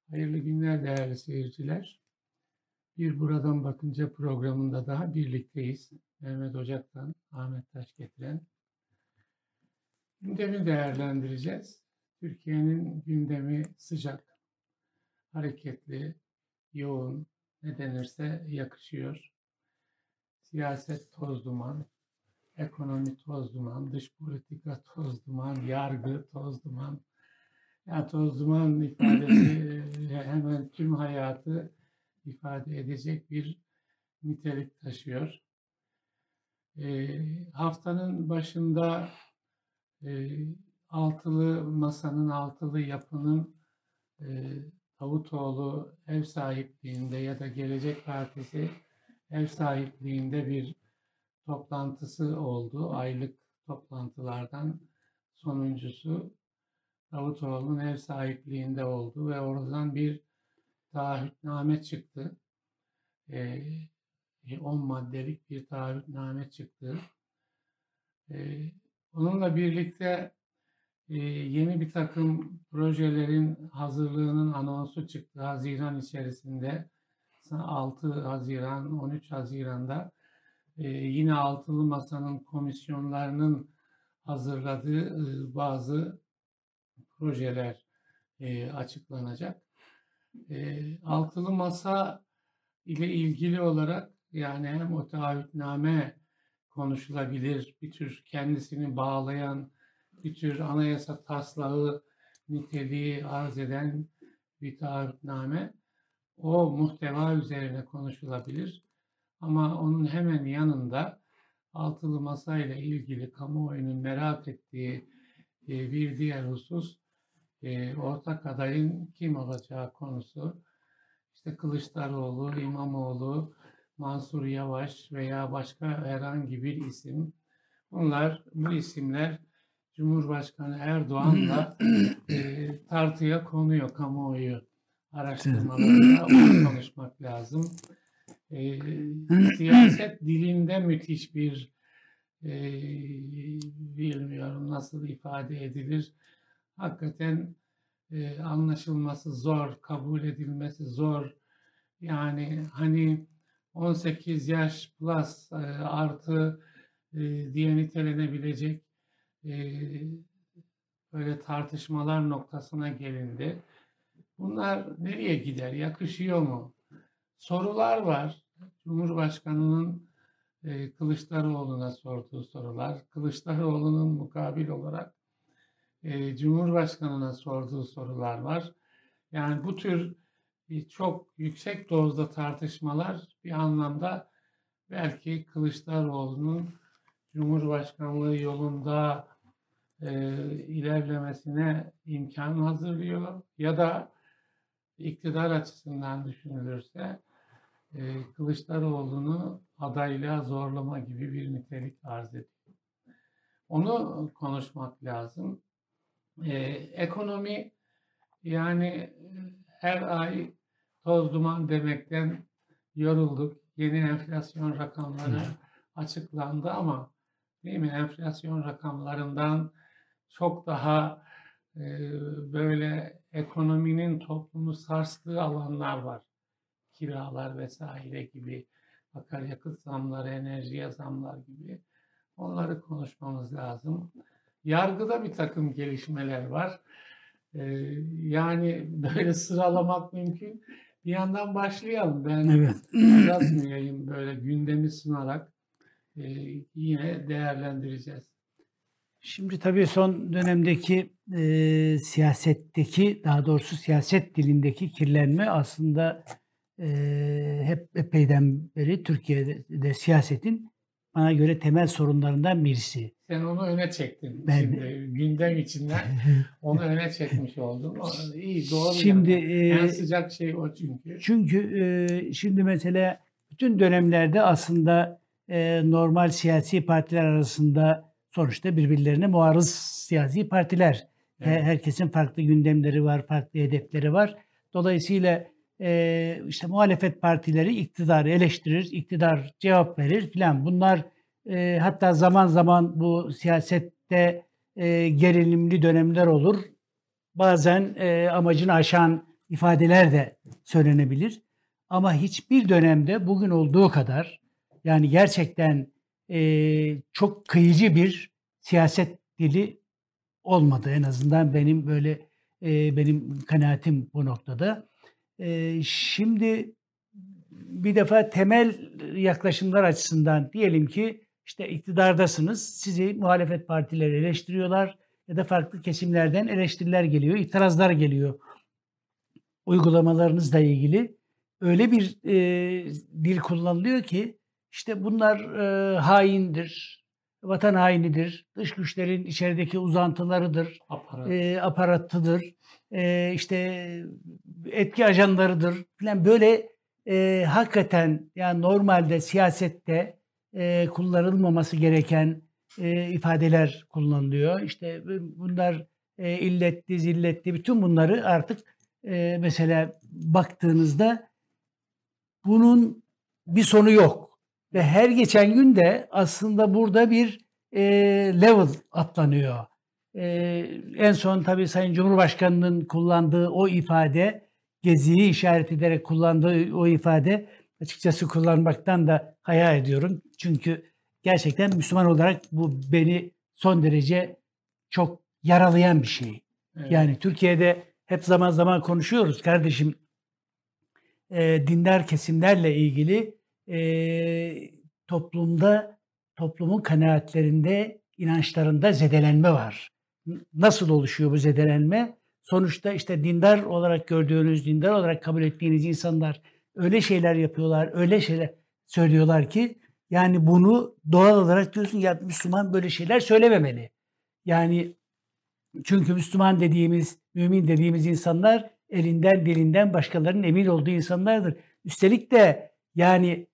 Hayırlı günler değerli seyirciler. Bir Buradan Bakınca programında daha birlikteyiz. Mehmet Ocak'tan Ahmet Taş getiren. Gündemi değerlendireceğiz. Türkiye'nin gündemi sıcak, hareketli, yoğun, ne denirse yakışıyor. Siyaset toz duman, ekonomi toz duman, dış politika toz duman, yargı toz duman. Ya toz duman ifadesi hemen tüm hayatı ifade edecek bir nitelik taşıyor. Haftanın başında altılı masanın, altılı yapının Davutoğlu ev sahipliğinde ya da Gelecek Partisi ev sahipliğinde bir toplantısı oldu. Aylık toplantılardan sonuncusu Davutoğlu'nun ev sahipliğinde oldu ve oradan bir taahhütname çıktı. 10 maddelik bir taahhütname çıktı. Onunla birlikte yeni bir takım projelerin hazırlığının anonsu çıktı Haziran içerisinde. 6 Haziran, 13 Haziran'da yine altılı masanın komisyonlarının hazırladığı bazı projeler açıklanacak. Altılı masa ile ilgili olarak yani hem o taahhütname konuşulabilir, bir tür kendisini bağlayan, bir tür anayasa taslağı niteliği arz eden bir taahhütname. O muhteva üzerine konuşulabilir. Ama onun hemen yanında altılı masa ile ilgili kamuoyunun merak ettiği bir diğer husus ortak adayın kim olacağı konusu. İşte Kılıçdaroğlu, İmamoğlu, Mansur Yavaş veya başka herhangi bir isim. Bu isimler Cumhurbaşkanı Erdoğan'la tartıya konuyor kamuoyu araştırmalarında. Onu konuşmak lazım. Siyaset dilinde müthiş bir bilmiyorum nasıl ifade edilir. Hakikaten anlaşılması zor, kabul edilmesi zor. Yani hani 18 yaş plus artı diye nitelenebilecek böyle tartışmalar noktasına gelindi. Bunlar nereye gider? Yakışıyor mu? Sorular var. Cumhurbaşkanının Kılıçdaroğlu'na sorduğu sorular. Kılıçdaroğlu'nun mukabil olarak Cumhurbaşkanı'na sorduğu sorular var. Yani bu tür çok yüksek dozda tartışmalar bir anlamda belki Kılıçdaroğlu'nun Cumhurbaşkanlığı yolunda ilerlemesine imkan hazırlıyor ya da iktidar açısından düşünülürse Kılıçdaroğlu'nu adaylığa zorlama gibi bir nitelik arz ediyor. Onu konuşmak lazım. Ekonomi yani her ay toz duman demekten yorulduk. Yeni enflasyon rakamları açıklandı ama değil mi? Enflasyon rakamlarından çok daha böyle ekonominin toplumu sarstığı alanlar var. Kiralar vesaire gibi, akaryakıt zamları, enerjiye zamlar gibi. Onları konuşmamız lazım. Yargıda bir takım gelişmeler var. Yani böyle sıralamak mümkün. Bir yandan başlayalım. Ben uzatmayayım böyle gündemi sunarak yine değerlendireceğiz. Şimdi tabii son dönemdeki siyasetteki, daha doğrusu siyaset dilindeki kirlenme aslında hep epeyden beri Türkiye'de siyasetin bana göre temel sorunlarından birisi. Sen onu öne çektin. Şimdi gündem içinden onu öne çekmiş oldun. İyi, doğru. Şimdi en sıcak şey o çünkü. Çünkü şimdi mesela bütün dönemlerde aslında normal siyasi partiler arasında sonuçta birbirlerine muarız siyasi partiler. Evet. Herkesin farklı gündemleri var, farklı hedefleri var. Dolayısıyla işte muhalefet partileri iktidarı eleştirir, iktidar cevap verir filan. Bunlar hatta zaman zaman bu siyasette gerilimli dönemler olur. Bazen amacını aşan ifadeler de söylenebilir. Ama hiçbir dönemde bugün olduğu kadar yani gerçekten çok kıyıcı bir siyaset dili olmadı. En azından benim böyle benim kanaatim bu noktada. Şimdi bir defa temel yaklaşımlar açısından diyelim ki işte iktidardasınız, sizi muhalefet partileri eleştiriyorlar ya da farklı kesimlerden eleştiriler geliyor, itirazlar geliyor uygulamalarınızla ilgili. Öyle bir dil kullanılıyor ki işte bunlar haindir, vatan hainidir, dış güçlerin içerideki uzantılarıdır, aparatıdır, işte etki ajanlarıdır falan böyle hakikaten yani normalde siyasette kullanılmaması gereken ifadeler kullanılıyor. İşte bunlar illetli, zilletli bütün bunları artık mesela baktığınızda bunun bir sonu yok. Ve her geçen gün de aslında burada bir level atlanıyor. En son tabii Sayın Cumhurbaşkanı'nın kullandığı o ifade, Gezi'yi işaret ederek kullandığı o ifade açıkçası kullanmaktan da haya ediyorum. Çünkü gerçekten Müslüman olarak bu beni son derece çok yaralayan bir şey. Evet. Yani Türkiye'de hep zaman zaman konuşuyoruz kardeşim. Dindar kesimlerle ilgili toplumun kanaatlerinde, inançlarında zedelenme var. Nasıl oluşuyor bu zedelenme? Sonuçta işte dindar olarak gördüğünüz, dindar olarak kabul ettiğiniz insanlar öyle şeyler yapıyorlar, öyle şeyler söylüyorlar ki yani bunu doğal olarak diyorsun ya Müslüman böyle şeyler söylememeli. Yani çünkü Müslüman dediğimiz, mümin dediğimiz insanlar elinden dilinden başkalarının emin olduğu insanlardır. Üstelik de yani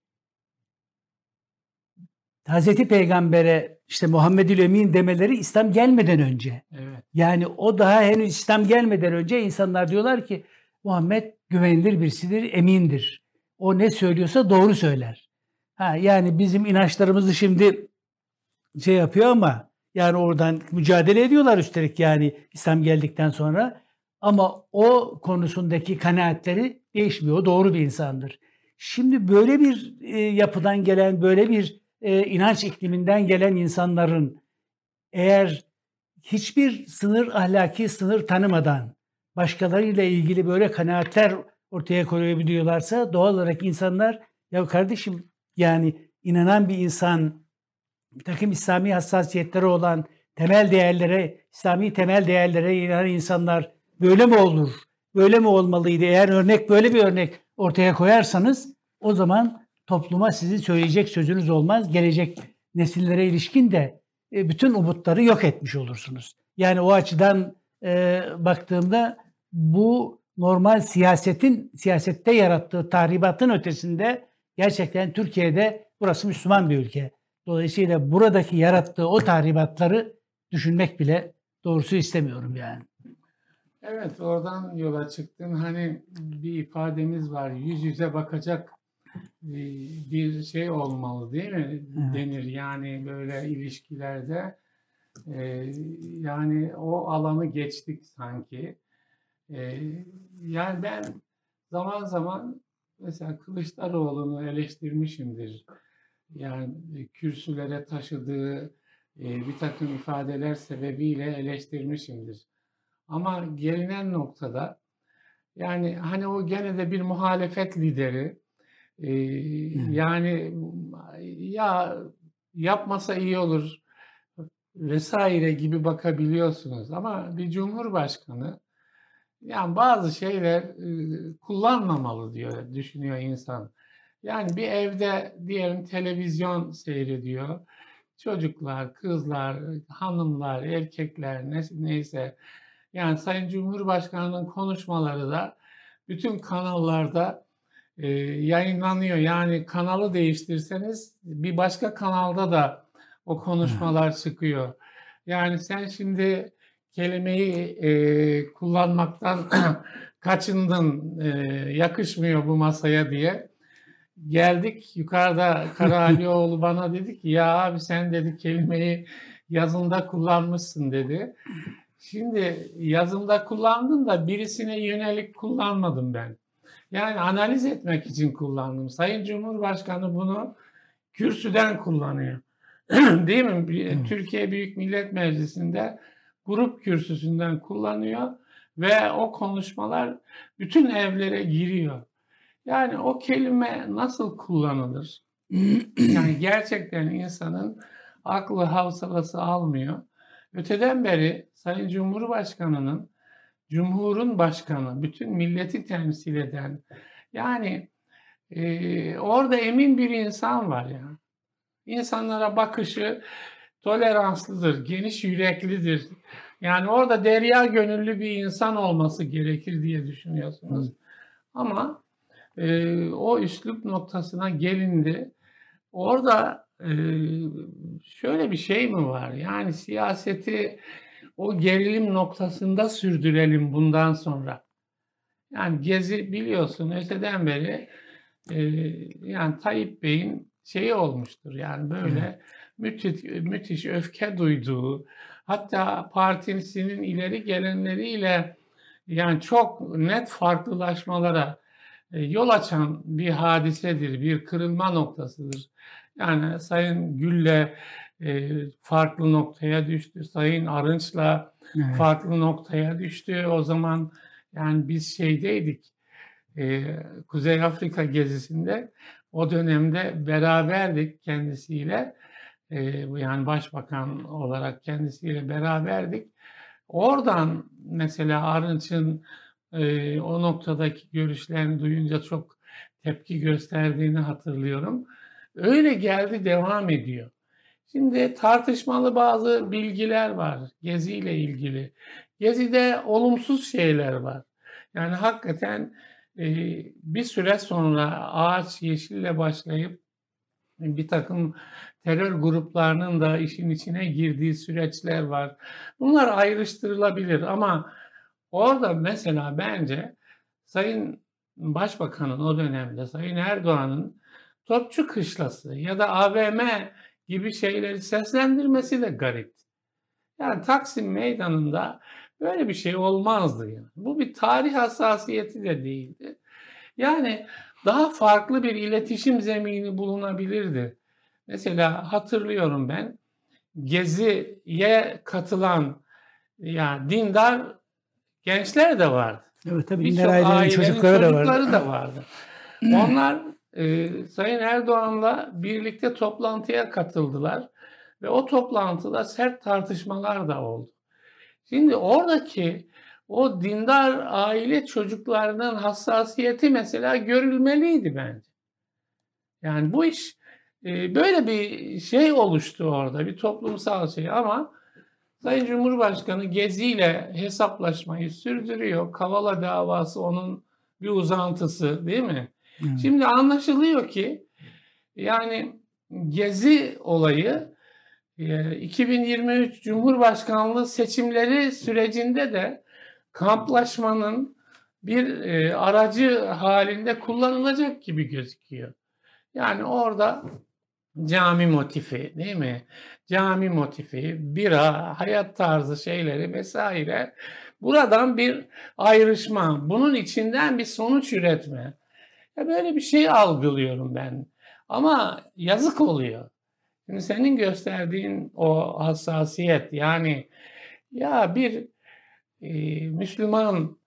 Hazreti Peygamber'e işte Muhammedül Emin demeleri İslam gelmeden önce. Evet. Yani o daha henüz İslam gelmeden önce insanlar diyorlar ki Muhammed güvenilir birisidir, emindir. O ne söylüyorsa doğru söyler. Yani bizim inançlarımızı şimdi şey yapıyor ama yani oradan mücadele ediyorlar üstelik yani İslam geldikten sonra. Ama o konusundaki kanaatleri değişmiyor. O doğru bir insandır. Şimdi böyle bir yapıdan gelen, böyle bir inanç ikliminden gelen insanların eğer hiçbir ahlaki sınır tanımadan başkalarıyla ilgili böyle kanaatler ortaya koyabiliyorlarsa doğal olarak insanlar ya kardeşim yani inanan bir insan bir takım İslami hassasiyetleri olan temel değerlere, İslami temel değerlere inanan insanlar böyle mi olur? Böyle mi olmalıydı? Eğer böyle bir örnek ortaya koyarsanız o zaman topluma sizin söyleyecek sözünüz olmaz. Gelecek nesillere ilişkin de bütün umutları yok etmiş olursunuz. Yani o açıdan baktığımda bu normal siyasette yarattığı tahribatın ötesinde gerçekten Türkiye'de burası Müslüman bir ülke. Dolayısıyla buradaki yarattığı o tahribatları düşünmek bile doğrusu istemiyorum yani. Evet, oradan yola çıktın. Hani bir ifademiz var, yüz yüze bakacak bir şey olmalı değil mi? Evet. Denir yani böyle ilişkilerde. Yani o alanı geçtik sanki. Yani ben zaman zaman mesela Kılıçdaroğlu'nu eleştirmişimdir. Yani kürsülere taşıdığı bir takım ifadeler sebebiyle eleştirmişimdir. Ama gelinen noktada yani hani o gene de bir muhalefet lideri yani ya yapmasa iyi olur vesaire gibi bakabiliyorsunuz. Ama bir cumhurbaşkanı yani bazı şeyler kullanmamalı diyor, düşünüyor insan. Yani bir evde diyelim televizyon seyrediyor. Çocuklar, kızlar, hanımlar, erkekler neyse. Yani Sayın Cumhurbaşkanı'nın konuşmaları da bütün kanallarda yayınlanıyor. Yani kanalı değiştirseniz bir başka kanalda da o konuşmalar çıkıyor. Yani sen şimdi kelimeyi kullanmaktan kaçındın, yakışmıyor bu masaya diye. Geldik yukarıda Karaalioğlu bana dedi ki ya abi sen dedi kelimeyi yazında kullanmışsın dedi. Şimdi yazımda kullandım da birisine yönelik kullanmadım ben. Yani analiz etmek için kullandım. Sayın Cumhurbaşkanı bunu kürsüden kullanıyor. Değil mi? Evet. Türkiye Büyük Millet Meclisi'nde grup kürsüsünden kullanıyor ve o konuşmalar bütün evlere giriyor. Yani o kelime nasıl kullanılır? Yani gerçekten insanın aklı havsalası almıyor. Öteden beri Sayın Cumhurbaşkanı'nın, Cumhur'un başkanı, bütün milleti temsil eden, yani orada emin bir insan var ya. İnsanlara bakışı toleranslıdır, geniş yüreklidir. Yani orada derya gönüllü bir insan olması gerekir diye düşünüyorsunuz. Ama o üslup noktasına gelindi. Orada şöyle bir şey mi var? Yani siyaseti o gerilim noktasında sürdürelim bundan sonra. Yani Gezi biliyorsun öteden beri yani Tayyip Bey'in şeyi olmuştur. Yani böyle müthiş öfke duyduğu, hatta partisinin ileri gelenleriyle yani çok net farklılaşmalara yol açan bir hadisedir, bir kırılma noktasıdır. Yani Sayın Gül'le farklı noktaya düştü, Sayın Arınç'la farklı noktaya düştü. O zaman yani biz şeydeydik, Kuzey Afrika gezisinde o dönemde beraberdik kendisiyle. Yani başbakan olarak kendisiyle beraberdik. Oradan mesela Arınç'ın o noktadaki görüşlerini duyunca çok tepki gösterdiğini hatırlıyorum. Öyle geldi, devam ediyor. Şimdi tartışmalı bazı bilgiler var Gezi ile ilgili. Gezi'de olumsuz şeyler var. Yani hakikaten bir süre sonra ağaç yeşille başlayıp bir takım terör gruplarının da işin içine girdiği süreçler var. Bunlar ayrıştırılabilir ama orada mesela bence Sayın Başbakan'ın o dönemde Sayın Erdoğan'ın Topçu Kışlası ya da AVM gibi şeyleri seslendirmesi de garip. Yani Taksim Meydanı'nda böyle bir şey olmazdı yani. Bu bir tarih hassasiyeti de değildi. Yani daha farklı bir iletişim zemini bulunabilirdi. Mesela hatırlıyorum ben Gezi'ye katılan yani dindar gençler de vardı. Evet, tabii Birçok ailenin çocukları da vardı. çocukları da vardı. Onlar Sayın Erdoğan'la birlikte toplantıya katıldılar ve o toplantıda sert tartışmalar da oldu. Şimdi oradaki o dindar aile çocuklarının hassasiyeti mesela görülmeliydi bence. Yani bu iş böyle bir şey oluştu orada, bir toplumsal şey ama Sayın Cumhurbaşkanı Gezi ile hesaplaşmayı sürdürüyor. Kavala davası onun bir uzantısı değil mi? Evet. Şimdi anlaşılıyor ki yani Gezi olayı 2023 Cumhurbaşkanlığı seçimleri sürecinde de kamplaşmanın bir aracı halinde kullanılacak gibi gözüküyor. Yani orada cami motifi değil mi? Cami motifi, bira, hayat tarzı şeyleri vesaire. Buradan bir ayrışma, bunun içinden bir sonuç üretme. Ya böyle bir şey algılıyorum ben. Ama yazık oluyor. Şimdi senin gösterdiğin o hassasiyet yani ya bir Müslüman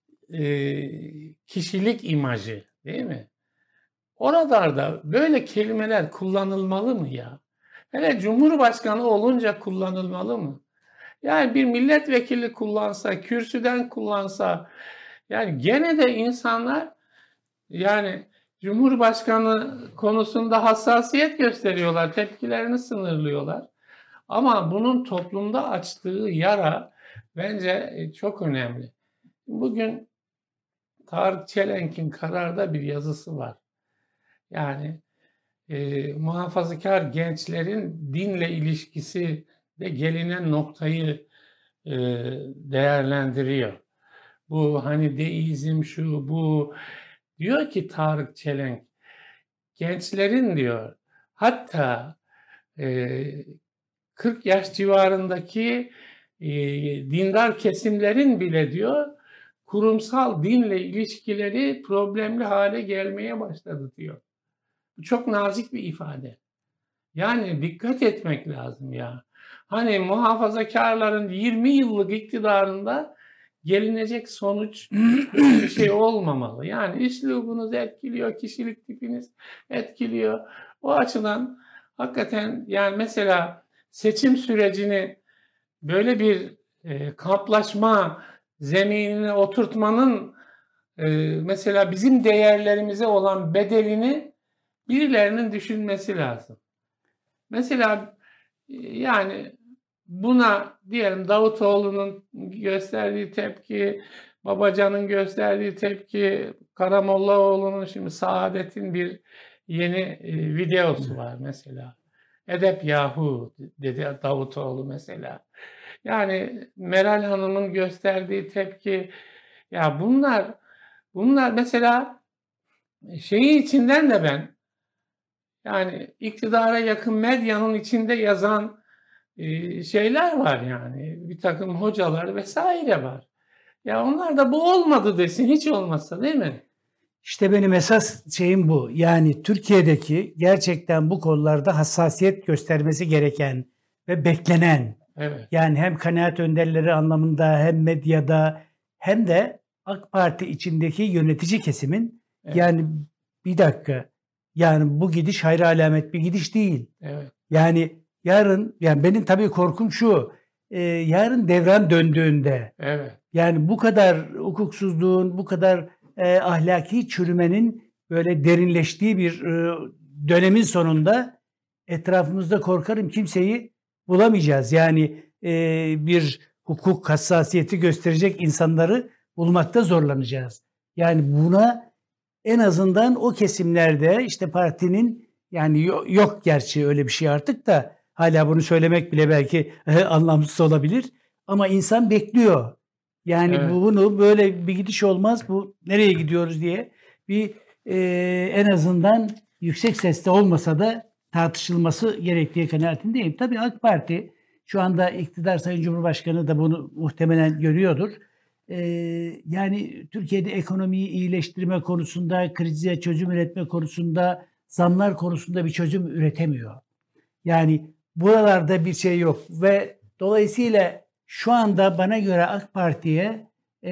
kişilik imajı değil mi? Oralarda böyle kelimeler kullanılmalı mı ya? Hele Cumhurbaşkanı olunca kullanılmalı mı? Yani bir milletvekili kullansa, kürsüden kullansa yani gene de insanlar yani Cumhurbaşkanı konusunda hassasiyet gösteriyorlar, tepkilerini sınırlıyorlar. Ama bunun toplumda açtığı yara bence çok önemli. Bugün Tarık Çelenk'in Karar'da bir yazısı var. Yani muhafazakar gençlerin dinle ilişkisi de gelinen noktayı değerlendiriyor. Bu hani deizm şu bu diyor ki Tarık Çelenk gençlerin diyor hatta 40 yaş civarındaki dindar kesimlerin bile diyor kurumsal dinle ilişkileri problemli hale gelmeye başladı diyor. Bu çok nazik bir ifade. Yani dikkat etmek lazım ya. Hani muhafazakarların 20 yıllık iktidarında gelinecek sonuç böyle bir şey olmamalı. Yani üslubunuz etkiliyor, kişilik tipiniz etkiliyor. O açıdan hakikaten yani mesela seçim sürecini böyle bir kamplaşma zeminine oturtmanın mesela bizim değerlerimize olan bedelini birilerinin düşünmesi lazım. Mesela yani buna diyelim Davutoğlu'nun gösterdiği tepki, Babacan'ın gösterdiği tepki, Karamollaoğlu'nun şimdi Saadet'in bir yeni videosu var mesela. Edep yahu dedi Davutoğlu mesela. Yani Meral Hanım'ın gösterdiği tepki ya bunlar mesela şeyi içinden de ben yani iktidara yakın medyanın içinde yazan şeyler var yani. Bir takım hocalar vesaire var. Ya onlar da bu olmadı desin hiç olmazsa değil mi? İşte benim esas şeyim bu. Yani Türkiye'deki gerçekten bu konularda hassasiyet göstermesi gereken ve beklenen, Evet. yani hem kanaat önderleri anlamında hem medyada hem de AK Parti içindeki yönetici kesimin Evet. yani bir dakika, yani bu gidiş hayra alamet bir gidiş değil. Evet. Yani yarın, yani benim tabii korkum şu, yarın devran döndüğünde Evet. yani bu kadar hukuksuzluğun, bu kadar ahlaki çürümenin böyle derinleştiği bir dönemin sonunda etrafımızda korkarım kimseyi bulamayacağız. Yani bir hukuk hassasiyeti gösterecek insanları bulmakta zorlanacağız. Yani buna en azından o kesimlerde işte partinin yani yok gerçi öyle bir şey artık da hala bunu söylemek bile belki anlamsız olabilir. Ama insan bekliyor. Yani Evet. bunu böyle bir gidiş olmaz. Bu nereye gidiyoruz diye bir en azından yüksek sesle olmasa da tartışılması gerektiği kanaatindeyim. Tabii AK Parti şu anda iktidar, Sayın Cumhurbaşkanı da bunu muhtemelen görüyordur. Yani Türkiye'de ekonomiyi iyileştirme konusunda, krize çözüm üretme konusunda, zamlar konusunda bir çözüm üretemiyor. Yani buralarda bir şey yok ve dolayısıyla şu anda bana göre AK Parti'ye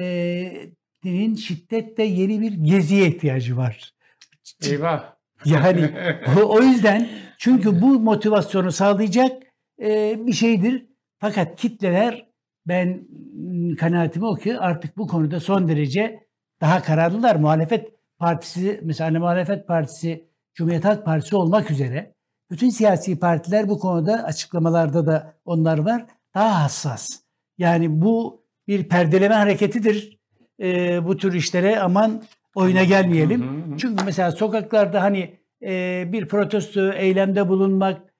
şiddetle yeni bir geziye ihtiyacı var. Eyvah. Yani o yüzden çünkü bu motivasyonu sağlayacak bir şeydir. Fakat kitleler ben kanaatimi o ki artık bu konuda son derece daha kararlılar. Muhalefet partisi mesela muhalefet partisi Cumhuriyet Halk Partisi olmak üzere bütün siyasi partiler bu konuda açıklamalarda da onlar var. Daha hassas. Yani bu bir perdeleme hareketidir. Bu tür işlere aman oyuna gelmeyelim. Çünkü mesela sokaklarda hani bir protesto eylemde bulunmak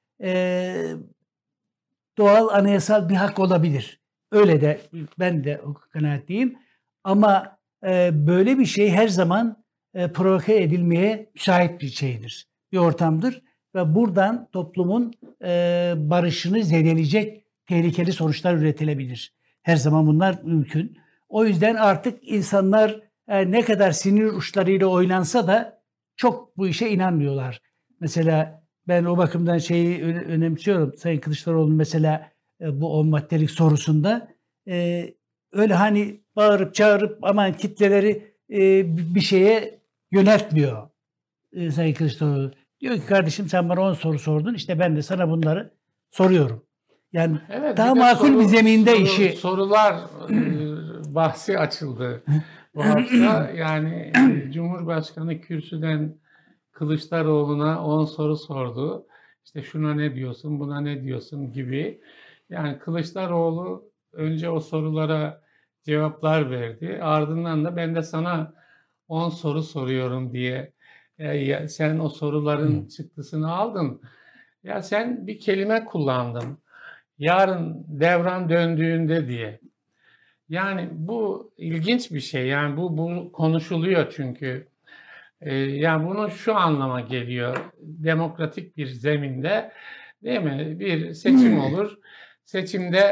doğal anayasal bir hak olabilir. Öyle de ben de o kanaatteyim. Ama böyle bir şey her zaman provoke edilmeye müsait bir şeydir. Bir ortamdır. Ve buradan toplumun barışını zedeleyecek tehlikeli sonuçlar üretilebilir. Her zaman bunlar mümkün. O yüzden artık insanlar ne kadar sinir uçlarıyla oynansa da çok bu işe inanmıyorlar. Mesela ben o bakımdan şeyi önemsiyorum. Sayın Kılıçdaroğlu'nun mesela bu 10 maddelik sorusunda öyle hani bağırıp çağırıp aman kitleleri bir şeye yöneltmiyor Sayın Kılıçdaroğlu. Diyor ki kardeşim sen bana 10 soru sordun. İşte ben de sana bunları soruyorum. Yani Evet, daha makul bir zeminde işi. Sorular bahsi açıldı bu hafta. Yani Cumhurbaşkanı kürsüden Kılıçdaroğlu'na 10 soru sordu. İşte şuna ne diyorsun, buna ne diyorsun gibi. Yani Kılıçdaroğlu önce o sorulara cevaplar verdi. Ardından da ben de sana 10 soru soruyorum diye sen o soruların çıktısını aldın. Ya sen bir kelime kullandın. Yarın devran döndüğünde diye. Yani bu ilginç bir şey. Yani bu konuşuluyor çünkü. Yani bunun şu anlama geliyor. Demokratik bir zeminde değil mi? Bir seçim olur. Seçimde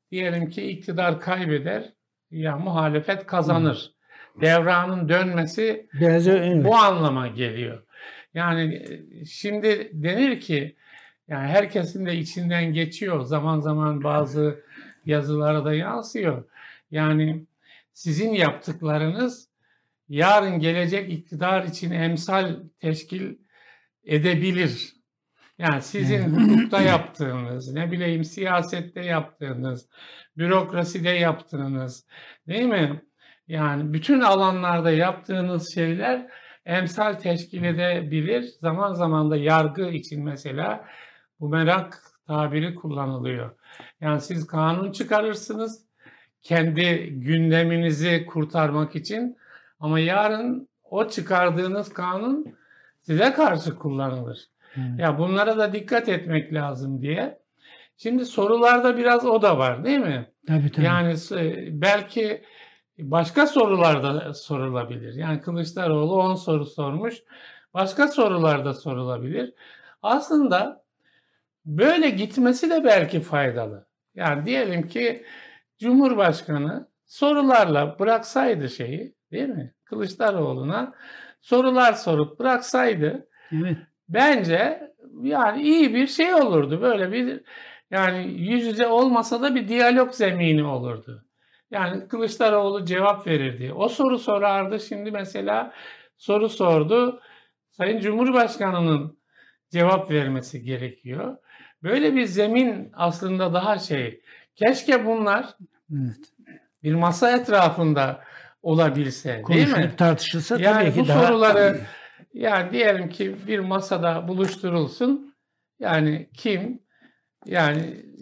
diyelim ki iktidar kaybeder, ya muhalefet kazanır. Devranın dönmesi Evet. bu anlama geliyor. Yani şimdi denir ki, yani herkesin de içinden geçiyor. Zaman zaman bazı yazılara da yansıyor. Yani sizin yaptıklarınız yarın gelecek iktidar için emsal teşkil edebilir. Yani sizin hukukta yaptığınız, ne bileyim siyasette yaptığınız, bürokraside yaptığınız, değil mi? Yani bütün alanlarda yaptığınız şeyler emsal teşkil edebilir. Zaman zaman da yargı için mesela bu merak tabiri kullanılıyor. Yani siz kanun çıkarırsınız kendi gündeminizi kurtarmak için, ama yarın o çıkardığınız kanun size karşı kullanılır. Evet. Ya bunlara da dikkat etmek lazım diye. Şimdi sorularda biraz o da var, değil mi? Tabii. Yani belki başka sorular da sorulabilir. Yani Kılıçdaroğlu 10 soru sormuş. Başka sorular da sorulabilir. Aslında böyle gitmesi de belki faydalı. Yani diyelim ki Cumhurbaşkanı sorularla bıraksaydı şeyi, değil mi? Kılıçdaroğlu'na sorular sorup bıraksaydı, Evet. bence yani iyi bir şey olurdu. Böyle bir, yani yüz yüze olmasa da bir diyalog zemini olurdu. Yani Kılıçdaroğlu cevap verirdi. O soru sorardı. Şimdi mesela soru sordu. Sayın Cumhurbaşkanı'nın cevap vermesi gerekiyor. Böyle bir zemin aslında daha şey. Keşke bunlar bir masa etrafında olabilse, değil mi? Konuşulup tartışılsa yani tabii ki bu daha... soruları, yani diyelim ki bir masada buluşturulsun. Yani kim? Yani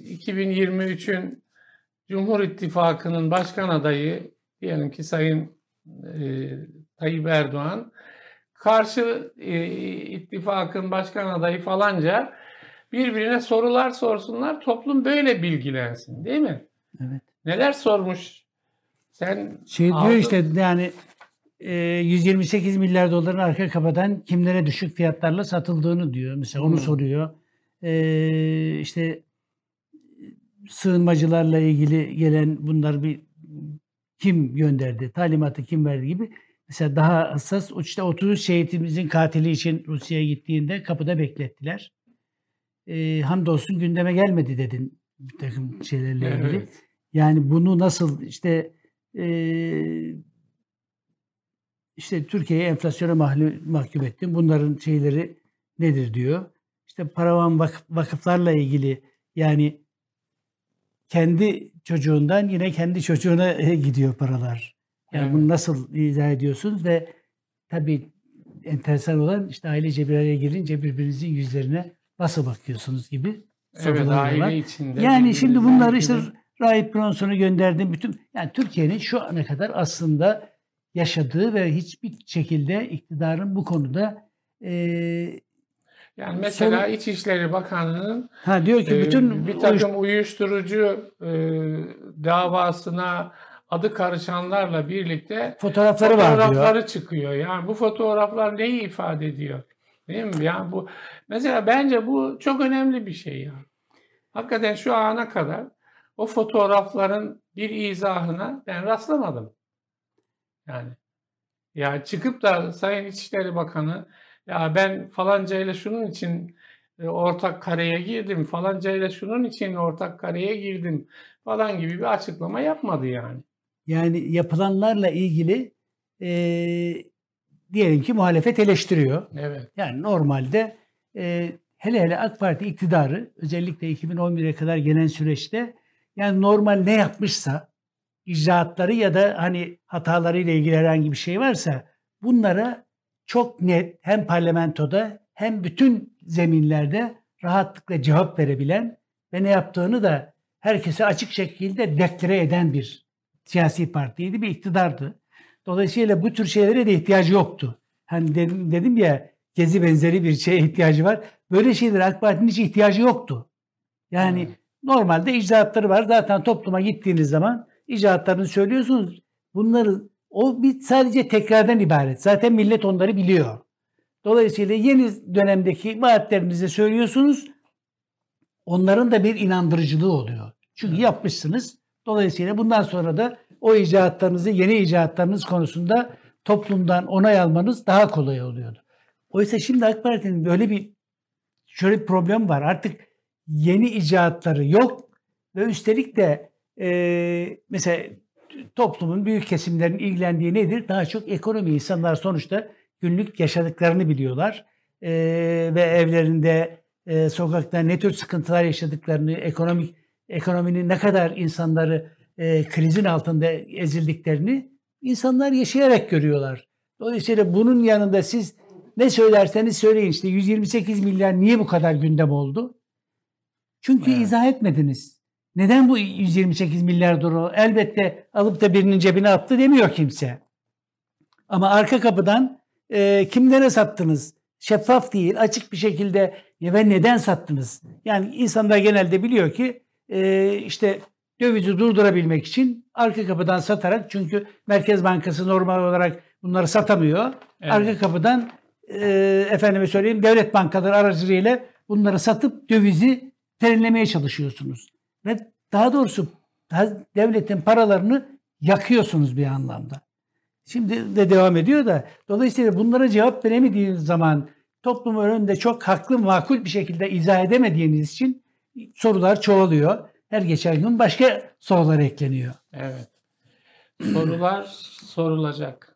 2023'ün Cumhur İttifakı'nın başkan adayı diyelim ki Sayın Tayyip Erdoğan, karşı ittifakın başkan adayı falanca birbirine sorular sorsunlar. Toplum böyle bilgilensin, değil mi? Evet. Neler sormuş? Sen diyor işte, yani 128 milyar doların arka kapıdan kimlere düşük fiyatlarla satıldığını diyor. Mesela onu soruyor. İşte sığınmacılarla ilgili gelen bunlar kim gönderdi, talimatı kim verdi gibi. Mesela daha hassas, işte 33 şehitimizin katili için Rusya'ya gittiğinde kapıda beklettiler. Hamdolsun gündeme gelmedi dedin bir takım şeylerle ilgili. Evet. Yani bunu nasıl işte Türkiye'yi enflasyona mahkum ettin. Bunların şeyleri nedir diyor. İşte paravan vakıflarla ilgili, yani kendi çocuğundan yine kendi çocuğuna gidiyor paralar. Yani Evet. bunu nasıl izah ediyorsunuz? Ve tabii enteresan olan, işte ailece bir araya gelince birbirinizin yüzlerine nasıl bakıyorsunuz gibi sorular aile var. içinde Yani şimdi bunları işte birbirinizin Rahip Bronson'u gönderdim. Yani Türkiye'nin şu ana kadar aslında yaşadığı ve hiçbir şekilde iktidarın bu konuda yani mesela İçişleri Bakanlığı'nın diyor ki bütün bir takım uyuşturucu davasına adı karışanlarla birlikte fotoğrafları var diyor. çıkıyor. Yani bu fotoğraflar neyi ifade ediyor? Değil mi? Yani bu mesela bence bu çok önemli bir şey ya. Hakikaten şu ana kadar o fotoğrafların bir izahına ben rastlamadım. Yani çıkıp da Sayın İçişleri Bakanı, ya ben falancayla şunun için ortak kareye girdim, falancayla şunun için ortak kareye girdim falan gibi bir açıklama yapmadı yani. Yani yapılanlarla ilgili diyelim ki muhalefet eleştiriyor. Evet. Yani normalde hele AK Parti iktidarı özellikle 2011'e kadar gelen süreçte, yani normal ne yapmışsa, icraatları ya da hani hatalarıyla ilgili herhangi bir şey varsa bunlara çok net hem parlamentoda hem bütün zeminlerde rahatlıkla cevap verebilen ve ne yaptığını da herkese açık şekilde deklare eden bir siyasi partiydi, bir iktidardı. Dolayısıyla bu tür şeylere de ihtiyacı yoktu. Hani dedim ya, Gezi benzeri bir şeye ihtiyacı var. Böyle şeylere AK Parti'nin hiç ihtiyacı yoktu. Yani normalde icraatları var. Zaten topluma gittiğiniz zaman icraatlarını söylüyorsunuz. Bunları sadece tekrardan ibaret. Zaten millet onları biliyor. Dolayısıyla yeni dönemdeki vaatlerinizi söylüyorsunuz. Onların da bir inandırıcılığı oluyor. Çünkü yapmışsınız. Dolayısıyla bundan sonra da o icatlarınızı, yeni icatlarınız konusunda toplumdan onay almanız daha kolay oluyordu. Oysa şimdi AK Parti'nin şöyle bir problem var. Artık yeni icatları yok ve üstelik de mesela toplumun büyük kesimlerin ilgilendiği nedir? Daha çok ekonomi. İnsanlar sonuçta günlük yaşadıklarını biliyorlar. Ve evlerinde, sokakta ne tür sıkıntılar yaşadıklarını, ekonominin ne kadar insanları krizin altında ezildiklerini insanlar yaşayarak görüyorlar. Dolayısıyla bunun yanında siz ne söylerseniz söyleyin, işte 128 milyar niye bu kadar gündem oldu? Çünkü izah etmediniz. Neden bu 128 milyar doları elbette alıp da birinin cebine attı demiyor kimse. Ama arka kapıdan kimlere sattınız? Şeffaf değil, açık bir şekilde ve neden sattınız? Yani insanlar genelde biliyor ki işte dövizi durdurabilmek için arka kapıdan satarak, çünkü Merkez Bankası normal olarak bunları satamıyor. Evet. Arka kapıdan efendime söyleyeyim devlet bankaları aracılığıyla bunları satıp dövizi frenlemeye çalışıyorsunuz. Ve daha doğrusu devletin paralarını yakıyorsunuz bir anlamda. Şimdi de devam ediyor da, dolayısıyla bunlara cevap veremediğiniz zaman, toplumun önünde çok haklı, makul bir şekilde izah edemediğiniz için sorular çoğalıyor. Her geçen gün başka sorular ekleniyor. Evet. Sorular sorulacak.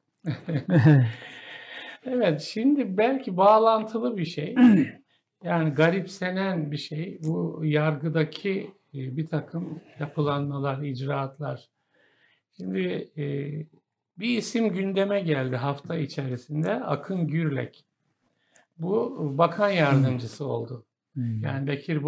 Evet, şimdi belki bağlantılı bir şey. Yani garipsenen bir şey. Bu yargıdaki bir takım yapılanmalar, icraatlar. Şimdi bir isim gündeme geldi hafta içerisinde. Akın Gürlek. Bu bakan yardımcısı oldu. Yani Bekir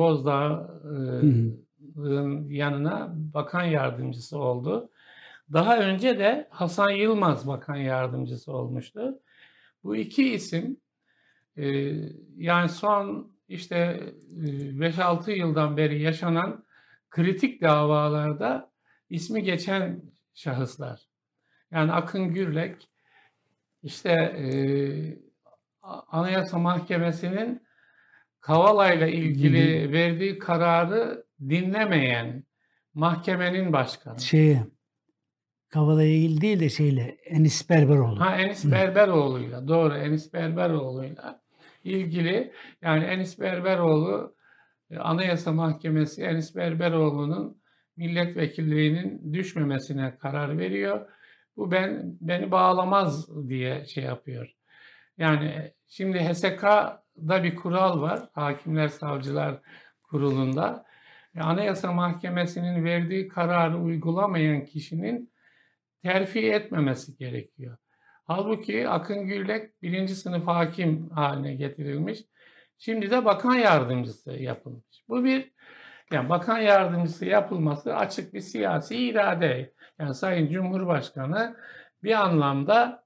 Bozdağ'ın yanına bakan yardımcısı oldu. Daha önce de Hasan Yılmaz bakan yardımcısı olmuştu. Bu iki isim yani son işte 5-6 yıldan beri yaşanan kritik davalarda ismi geçen şahıslar. Yani Akın Gürlek işte Anayasa Mahkemesi'nin Kavala'yla ilgili verdiği kararı dinlemeyen mahkemenin başkanı. Kavala'ya ilgili değil de Enis Berberoğlu. Enis Berberoğlu'yla, doğru, Enis Berberoğlu'yla ilgili, yani Enis Berberoğlu Anayasa Mahkemesi Enis Berberoğlu'nun milletvekilliğinin düşmemesine karar veriyor. Bu beni bağlamaz diye yapıyor. Yani şimdi HSK'da bir kural var, Hakimler Savcılar Kurulu'nda. Anayasa Mahkemesi'nin verdiği kararı uygulamayan kişinin terfi etmemesi gerekiyor. Halbuki Akın Gürlek 1. sınıf hakim haline getirilmiş. Şimdi de bakan yardımcısı yapılmış. Bu yani bakan yardımcısı yapılması açık bir siyasi irade. Yani Sayın Cumhurbaşkanı bir anlamda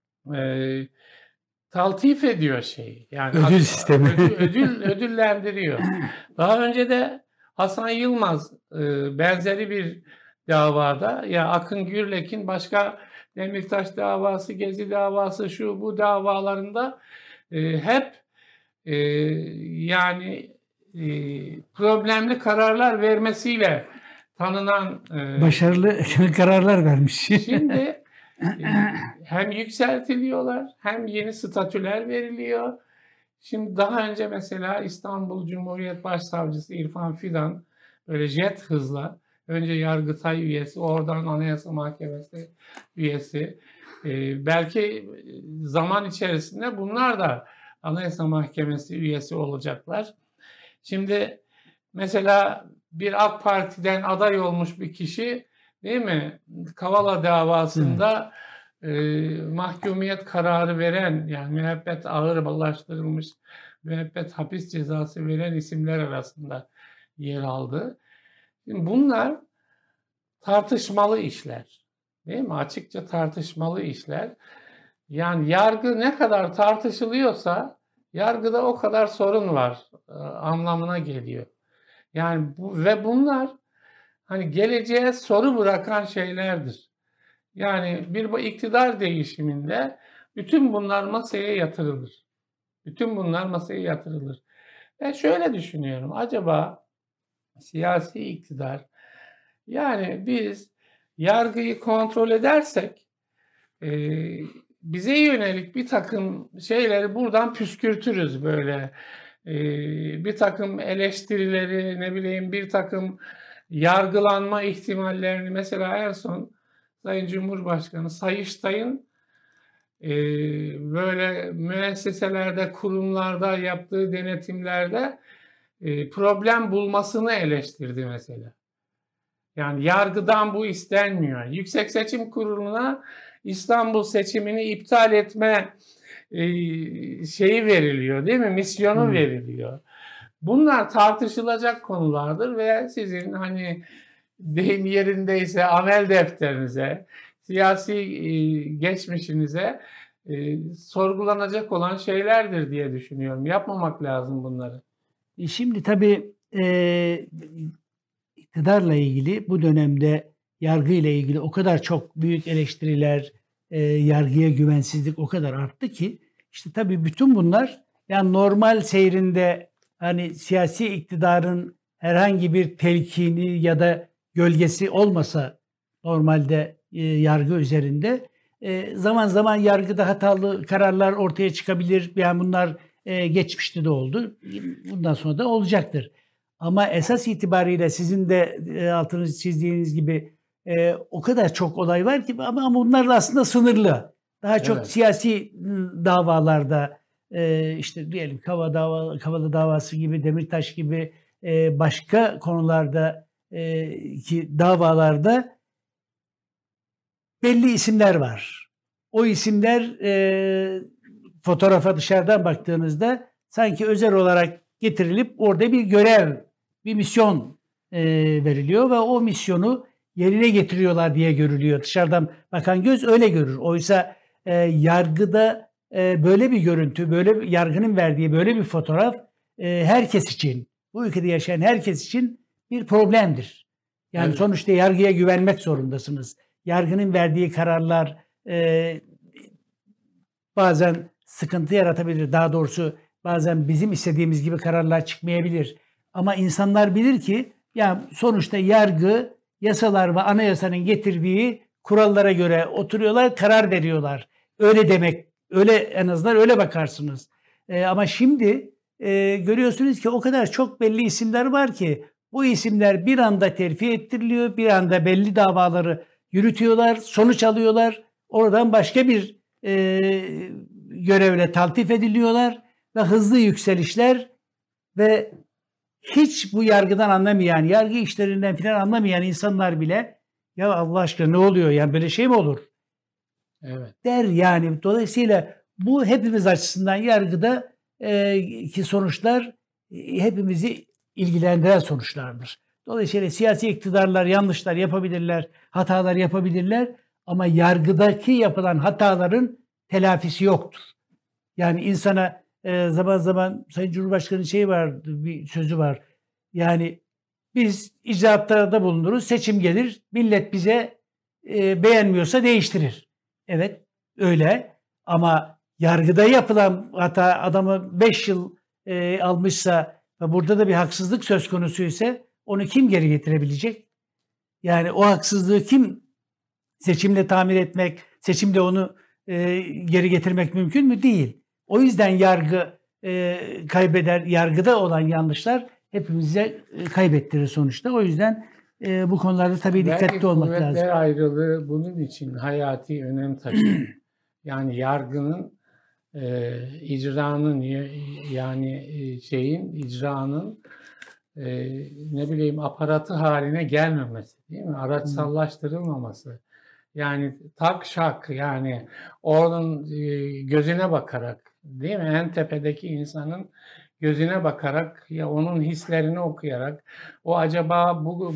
taltif ediyor şeyi. Yani ödül sistemi. Ödüllendiriyor. Daha önce de Hasan Yılmaz benzeri bir davada, ya Akın Gürlek'in başka Demirtaş davası, Gezi davası, şu bu davalarında hep yani problemli kararlar vermesiyle tanınan başarılı kararlar vermiş. Şimdi hem yükseltiliyorlar hem yeni statüler veriliyor. Şimdi daha önce mesela İstanbul Cumhuriyet Başsavcısı İrfan Fidan böyle jet hızla önce Yargıtay üyesi, oradan Anayasa Mahkemesi üyesi. Belki zaman içerisinde bunlar da Anayasa Mahkemesi üyesi olacaklar. Şimdi mesela bir AK Parti'den aday olmuş bir kişi, değil mi, Kavala davasında mahkumiyet kararı veren, yani müebbet ağırlaştırılmış müebbet hapis cezası veren isimler arasında yer aldı. Şimdi bunlar tartışmalı işler, değil mi? Açıkça tartışmalı işler. Yani yargı ne kadar tartışılıyorsa yargıda o kadar sorun var anlamına geliyor. Yani bunlar hani geleceğe soru bırakan şeylerdir. Yani bir iktidar değişiminde bütün bunlar masaya yatırılır. Bütün bunlar masaya yatırılır. Ben şöyle düşünüyorum. Acaba siyasi iktidar Yani biz yargıyı kontrol edersek bize yönelik bir takım şeyleri buradan püskürtürüz böyle. Bir takım eleştirileri, ne bileyim bir takım yargılanma ihtimallerini, mesela en son Sayın Cumhurbaşkanı Sayıştay'ın böyle müesseselerde, kurumlarda yaptığı denetimlerde problem bulmasını eleştirdi mesela. Yani yargıdan bu istenmiyor. Yüksek Seçim Kurulu'na İstanbul seçimini iptal etme şeyi veriliyor, değil mi? Misyonu veriliyor. Bunlar tartışılacak konulardır ve sizin hani deyim yerindeyse amel defterinize, siyasi geçmişinize sorgulanacak olan şeylerdir diye düşünüyorum. Yapmamak lazım bunları. Şimdi tabii iktidarla ilgili bu dönemde yargı ile ilgili o kadar çok büyük eleştiriler, yargıya güvensizlik o kadar arttı ki işte tabii bütün bunlar yani normal seyrinde hani siyasi iktidarın herhangi bir telkini ya da gölgesi olmasa normalde yargı üzerinde zaman zaman yargıda hatalı kararlar ortaya çıkabilir. Yani bunlar geçmişte de oldu. Bundan sonra da olacaktır. Ama esas itibariyle sizin de altını çizdiğiniz gibi o kadar çok olay var ki ama bunlar da aslında sınırlı. Daha çok siyasi davalarda işte diyelim Kavala davası gibi, Demirtaş gibi başka konularda ki davalarda belli isimler var. O isimler fotoğrafa dışarıdan baktığınızda sanki özel olarak getirilip orada bir görev, bir misyon veriliyor ve o misyonu yerine getiriyorlar diye görülüyor. Dışarıdan bakan göz öyle görür. Oysa yargıda böyle bir görüntü, böyle yargının verdiği böyle bir fotoğraf herkes için, bu ülkede yaşayan herkes için bir problemdir. Yani sonuçta yargıya güvenmek zorundasınız. Yargının verdiği kararlar bazen sıkıntı yaratabilir. Daha doğrusu bazen bizim istediğimiz gibi kararlar çıkmayabilir. Ama insanlar bilir ki yani sonuçta yargı yasalar ve anayasanın getirdiği kurallara göre oturuyorlar, karar veriyorlar. Öyle demek, öyle en azından öyle bakarsınız. Ama şimdi görüyorsunuz ki o kadar çok belli isimler var ki bu isimler bir anda terfi ettiriliyor, bir anda belli davaları yürütüyorlar, sonuç alıyorlar. Oradan başka bir görevle taltif ediliyorlar ve hızlı yükselişler ve hiç bu yargıdan anlamayan, yargı işlerinden falan anlamayan insanlar bile ya Allah aşkına ne oluyor yani böyle şey mi olur? Der yani. Dolayısıyla bu hepimiz açısından yargıda ki sonuçlar hepimizi ilgilendiren sonuçlardır. Dolayısıyla siyasi iktidarlar yanlışlar yapabilirler, hatalar yapabilirler ama yargıdaki yapılan hataların telafisi yoktur. Yani insana zaman zaman Sayın Cumhurbaşkanı'nın şeyi var, bir sözü var. Yani biz icraatlarda bulunuruz, seçim gelir, millet bize beğenmiyorsa değiştirir. Evet, öyle. Ama yargıda yapılan hata adamı 5 yıl almışsa ve burada da bir haksızlık söz konusu ise onu kim geri getirebilecek? Yani o haksızlığı kim seçimle tamir etmek, seçimle onu geri getirmek mümkün mü? Değil. O yüzden yargı kaybeder. Yargıda olan yanlışlar hepimize kaybettirir sonuçta. O yüzden bu konularda tabii dikkatli olmak lazım. Kuvvetler ayrılığı bunun için hayati önem taşıyor. Yani yargının icranın yani icranın ne bileyim aparatı haline gelmemesi, değil mi? Araçsallaştırılmaması. Yani tak şak yani onun gözüne bakarak, değil mi? En tepedeki insanın gözüne bakarak ya onun hislerini okuyarak o acaba bu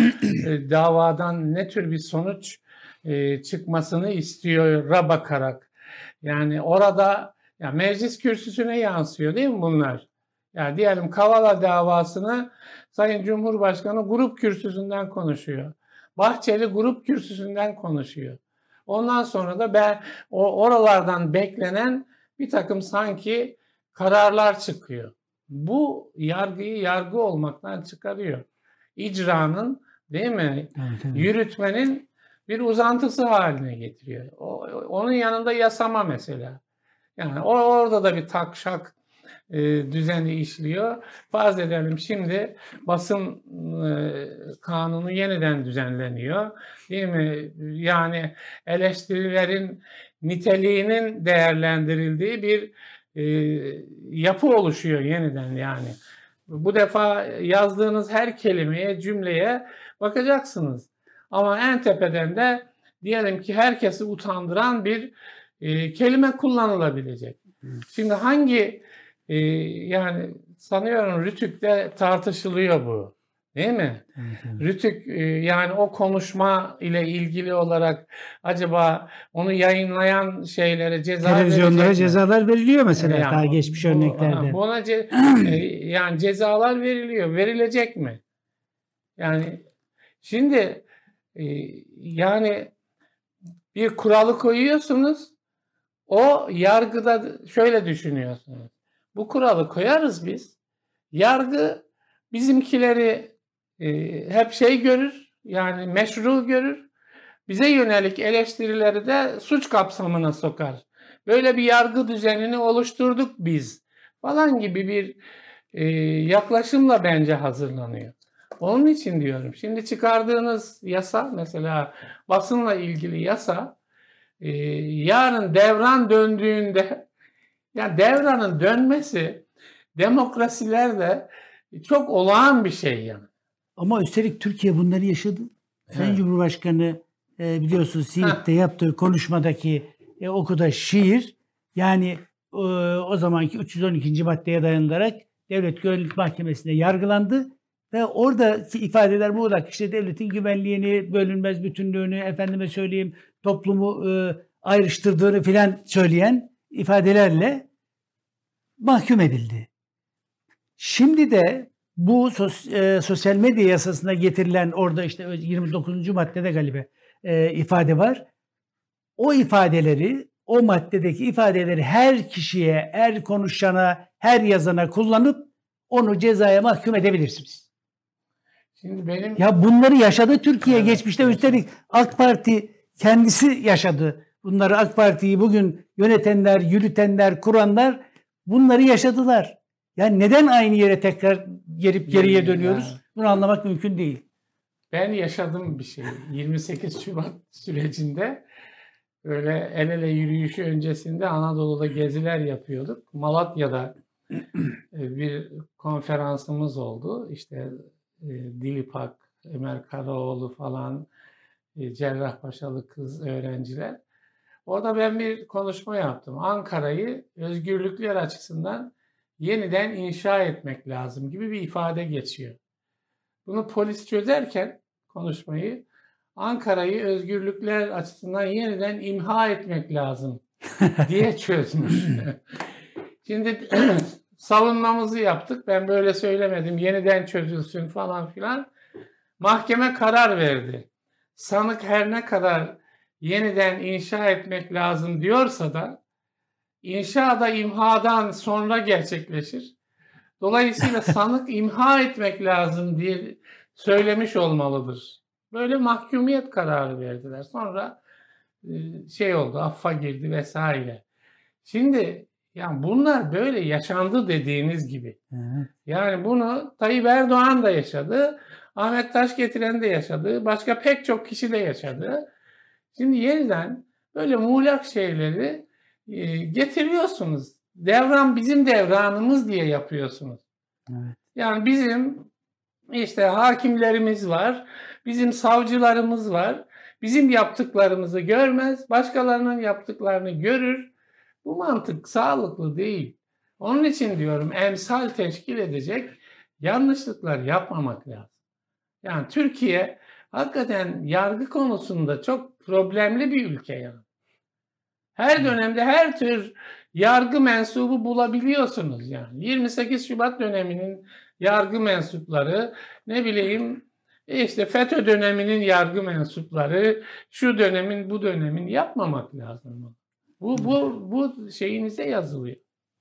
davadan ne tür bir sonuç çıkmasını istiyor'a bakarak yani orada ya meclis kürsüsüne yansıyor değil mi bunlar? Yani diyelim Kavala davasını Sayın Cumhurbaşkanı grup kürsüsünden konuşuyor. Bahçeli grup kürsüsünden konuşuyor. Ondan sonra da oralardan beklenen bir takım sanki kararlar çıkıyor. Bu yargıyı yargı olmaktan çıkarıyor. İcranın Değil mi? Evet. Yürütmenin bir uzantısı haline getiriyor. Onun yanında yasama mesela. Yani orada da bir takşak düzeni işliyor. Farz edelim şimdi basın kanunu yeniden düzenleniyor. Değil mi? Yani eleştirilerin niteliğinin değerlendirildiği bir yapı oluşuyor yeniden yani. Bu defa yazdığınız her kelimeye, cümleye bakacaksınız. Ama en tepeden de diyelim ki herkesi utandıran bir kelime kullanılabilecek. Şimdi hangi yani sanıyorum Rütük'te tartışılıyor bu. Değil mi? Evet. Rütük yani o konuşma ile ilgili olarak acaba onu yayınlayan şeylere ceza Televizyonlara verecek mi? cezalar veriliyor mesela Yani daha geçmiş örneklerde. buna yani cezalar veriliyor. Verilecek mi? Yani şimdi yani bir kuralı koyuyorsunuz. O yargıda şöyle düşünüyorsunuz. Bu kuralı koyarız biz. Yargı bizimkileri hep şey görür. Yani meşru görür. Bize yönelik eleştirileri de suç kapsamına sokar. Böyle bir yargı düzenini oluşturduk biz falan gibi bir yaklaşımla bence hazırlanıyor. Onun için diyorum. Şimdi çıkardığınız yasa mesela basınla ilgili yasa yarın devran döndüğünde yani devranın dönmesi demokrasilerde çok olağan bir şey yani. Ama üstelik Türkiye bunları yaşadı. Sayın Evet. Cumhurbaşkanı biliyorsunuz Siirt'te yaptığı konuşmadaki okuda şiir yani o zamanki 312. maddeye dayanılarak Devlet Güvenlik Mahkemesi'nde yargılandı ve oradaki ifadeler muğlak işte devletin güvenliğini, bölünmez bütünlüğünü, efendime söyleyeyim toplumu ayrıştırdığını filan söyleyen ifadelerle mahkum edildi. Şimdi de bu sosyal medya yasasına getirilen orada işte 29. maddede galiba ifade var. O ifadeleri, o maddedeki ifadeleri her kişiye, her konuşana, her yazana kullanıp onu cezaya mahkum edebilirsiniz. Şimdi benim Ya bunları yaşadı Türkiye Evet, geçmişte evet. üstelik AK Parti kendisi yaşadı. Bunları AK Parti'yi bugün yönetenler, yürütenler, kuranlar bunları yaşadılar. Yani neden aynı yere tekrar geriye dönüyoruz? Yani Bunu anlamak mümkün değil. ben yaşadım bir şey. 28 Şubat sürecinde öyle el ele yürüyüşü öncesinde Anadolu'da geziler yapıyorduk. Malatya'da bir konferansımız oldu. İşte Dilipak, Ömer Karaoğlu falan, Cerrahpaşalı kız öğrenciler. Orada ben bir konuşma yaptım. Ankara'yı özgürlükler açısından yeniden inşa etmek lazım gibi bir ifade geçiyor. Bunu polis çözerken konuşmayı Ankara'yı özgürlükler açısından yeniden imha etmek lazım diye çözmüş. Şimdi savunmamızı yaptık. Ben böyle söylemedim. Yeniden çözülsün falan filan. Mahkeme karar verdi. Sanık her ne kadar yeniden inşa etmek lazım diyorsa da inşa da imhadan sonra gerçekleşir. Dolayısıyla sanık imha etmek lazım diye söylemiş olmalıdır. Böyle mahkumiyet kararı verdiler. Sonra şey oldu, affa girdi vesaire. Şimdi yani bunlar böyle yaşandı dediğiniz gibi. Evet. Yani bunu Tayyip Erdoğan da yaşadı, Ahmet Taşgetiren de yaşadı, başka pek çok kişi de yaşadı. Şimdi yeniden böyle muğlak şeyleri getiriyorsunuz. Devran bizim devranımız diye yapıyorsunuz. Evet. Yani bizim işte hakimlerimiz var, bizim savcılarımız var. Bizim yaptıklarımızı görmez, başkalarının yaptıklarını görür. Bu mantık sağlıklı değil. Onun için diyorum emsal teşkil edecek yanlışlıklar yapmamak lazım. Yani Türkiye hakikaten yargı konusunda çok problemli bir ülke yani. Her dönemde her tür yargı mensubu bulabiliyorsunuz yani. 28 Şubat döneminin yargı mensupları, ne bileyim işte FETÖ döneminin yargı mensupları, şu dönemin bu dönemin yapmamak lazım. Bu şeyinize yazılıyor.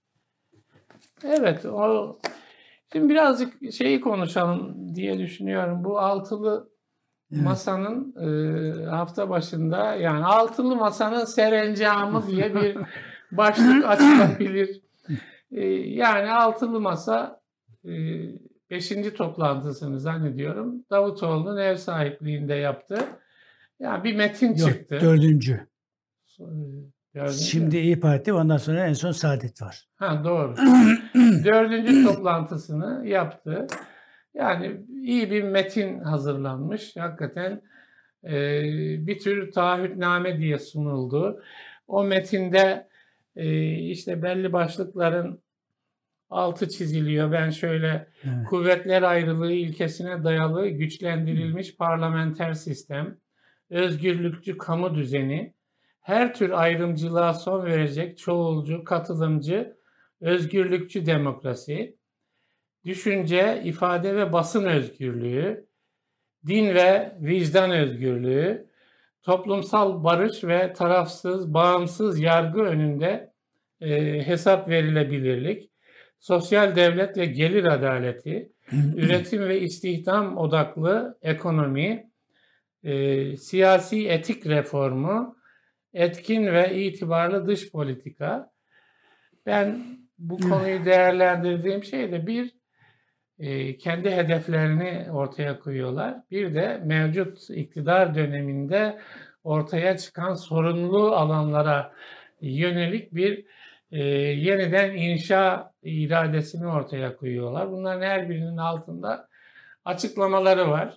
Evet, şimdi birazcık şeyi konuşalım diye düşünüyorum. Bu altılı masanın hafta başında, yani altılı masanın serencamı diye bir başlık açılabilir. Yani altılı masa 5. toplantısını zannediyorum Davutoğlu'nun ev sahipliğinde yaptı. Yani bir metin Yok, çıktı. 4. Dördüncü. Şimdi İYİ Parti, ondan sonra en son Saadet var. Ha, doğru. 4. toplantısını yaptı. Yani iyi bir metin hazırlanmış. Hakikaten bir tür taahhütname diye sunuldu. O metinde işte belli başlıkların altı çiziliyor. Ben şöyle, Evet. kuvvetler ayrılığı ilkesine dayalı güçlendirilmiş parlamenter sistem, özgürlükçü kamu düzeni, her tür ayrımcılığa son verecek çoğulcu, katılımcı, özgürlükçü demokrasi, düşünce, ifade ve basın özgürlüğü, din ve vicdan özgürlüğü, toplumsal barış ve tarafsız, bağımsız yargı önünde hesap verilebilirlik, sosyal devlet ve gelir adaleti, üretim ve istihdam odaklı ekonomi, siyasi etik reformu, etkin ve itibarlı dış politika. Ben bu konuyu değerlendirdiğim şey de bir, kendi hedeflerini ortaya koyuyorlar. Bir de mevcut iktidar döneminde ortaya çıkan sorunlu alanlara yönelik bir yeniden inşa iradesini ortaya koyuyorlar. Bunların her birinin altında açıklamaları var.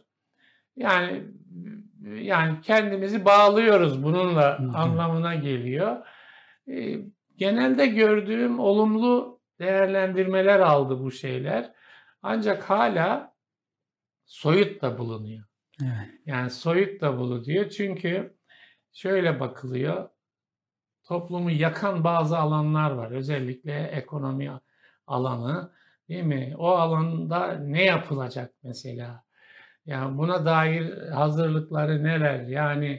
Yani kendimizi bağlıyoruz bununla anlamına geliyor. Genelde gördüğüm olumlu değerlendirmeler aldı bu şeyler. Ancak hala soyut da bulunuyor. Evet. Yani soyut da bulunuyor. Çünkü şöyle bakılıyor. Toplumu yakan bazı alanlar var. Özellikle ekonomi alanı, değil mi? O alanda ne yapılacak mesela? Yani buna dair hazırlıkları neler? Yani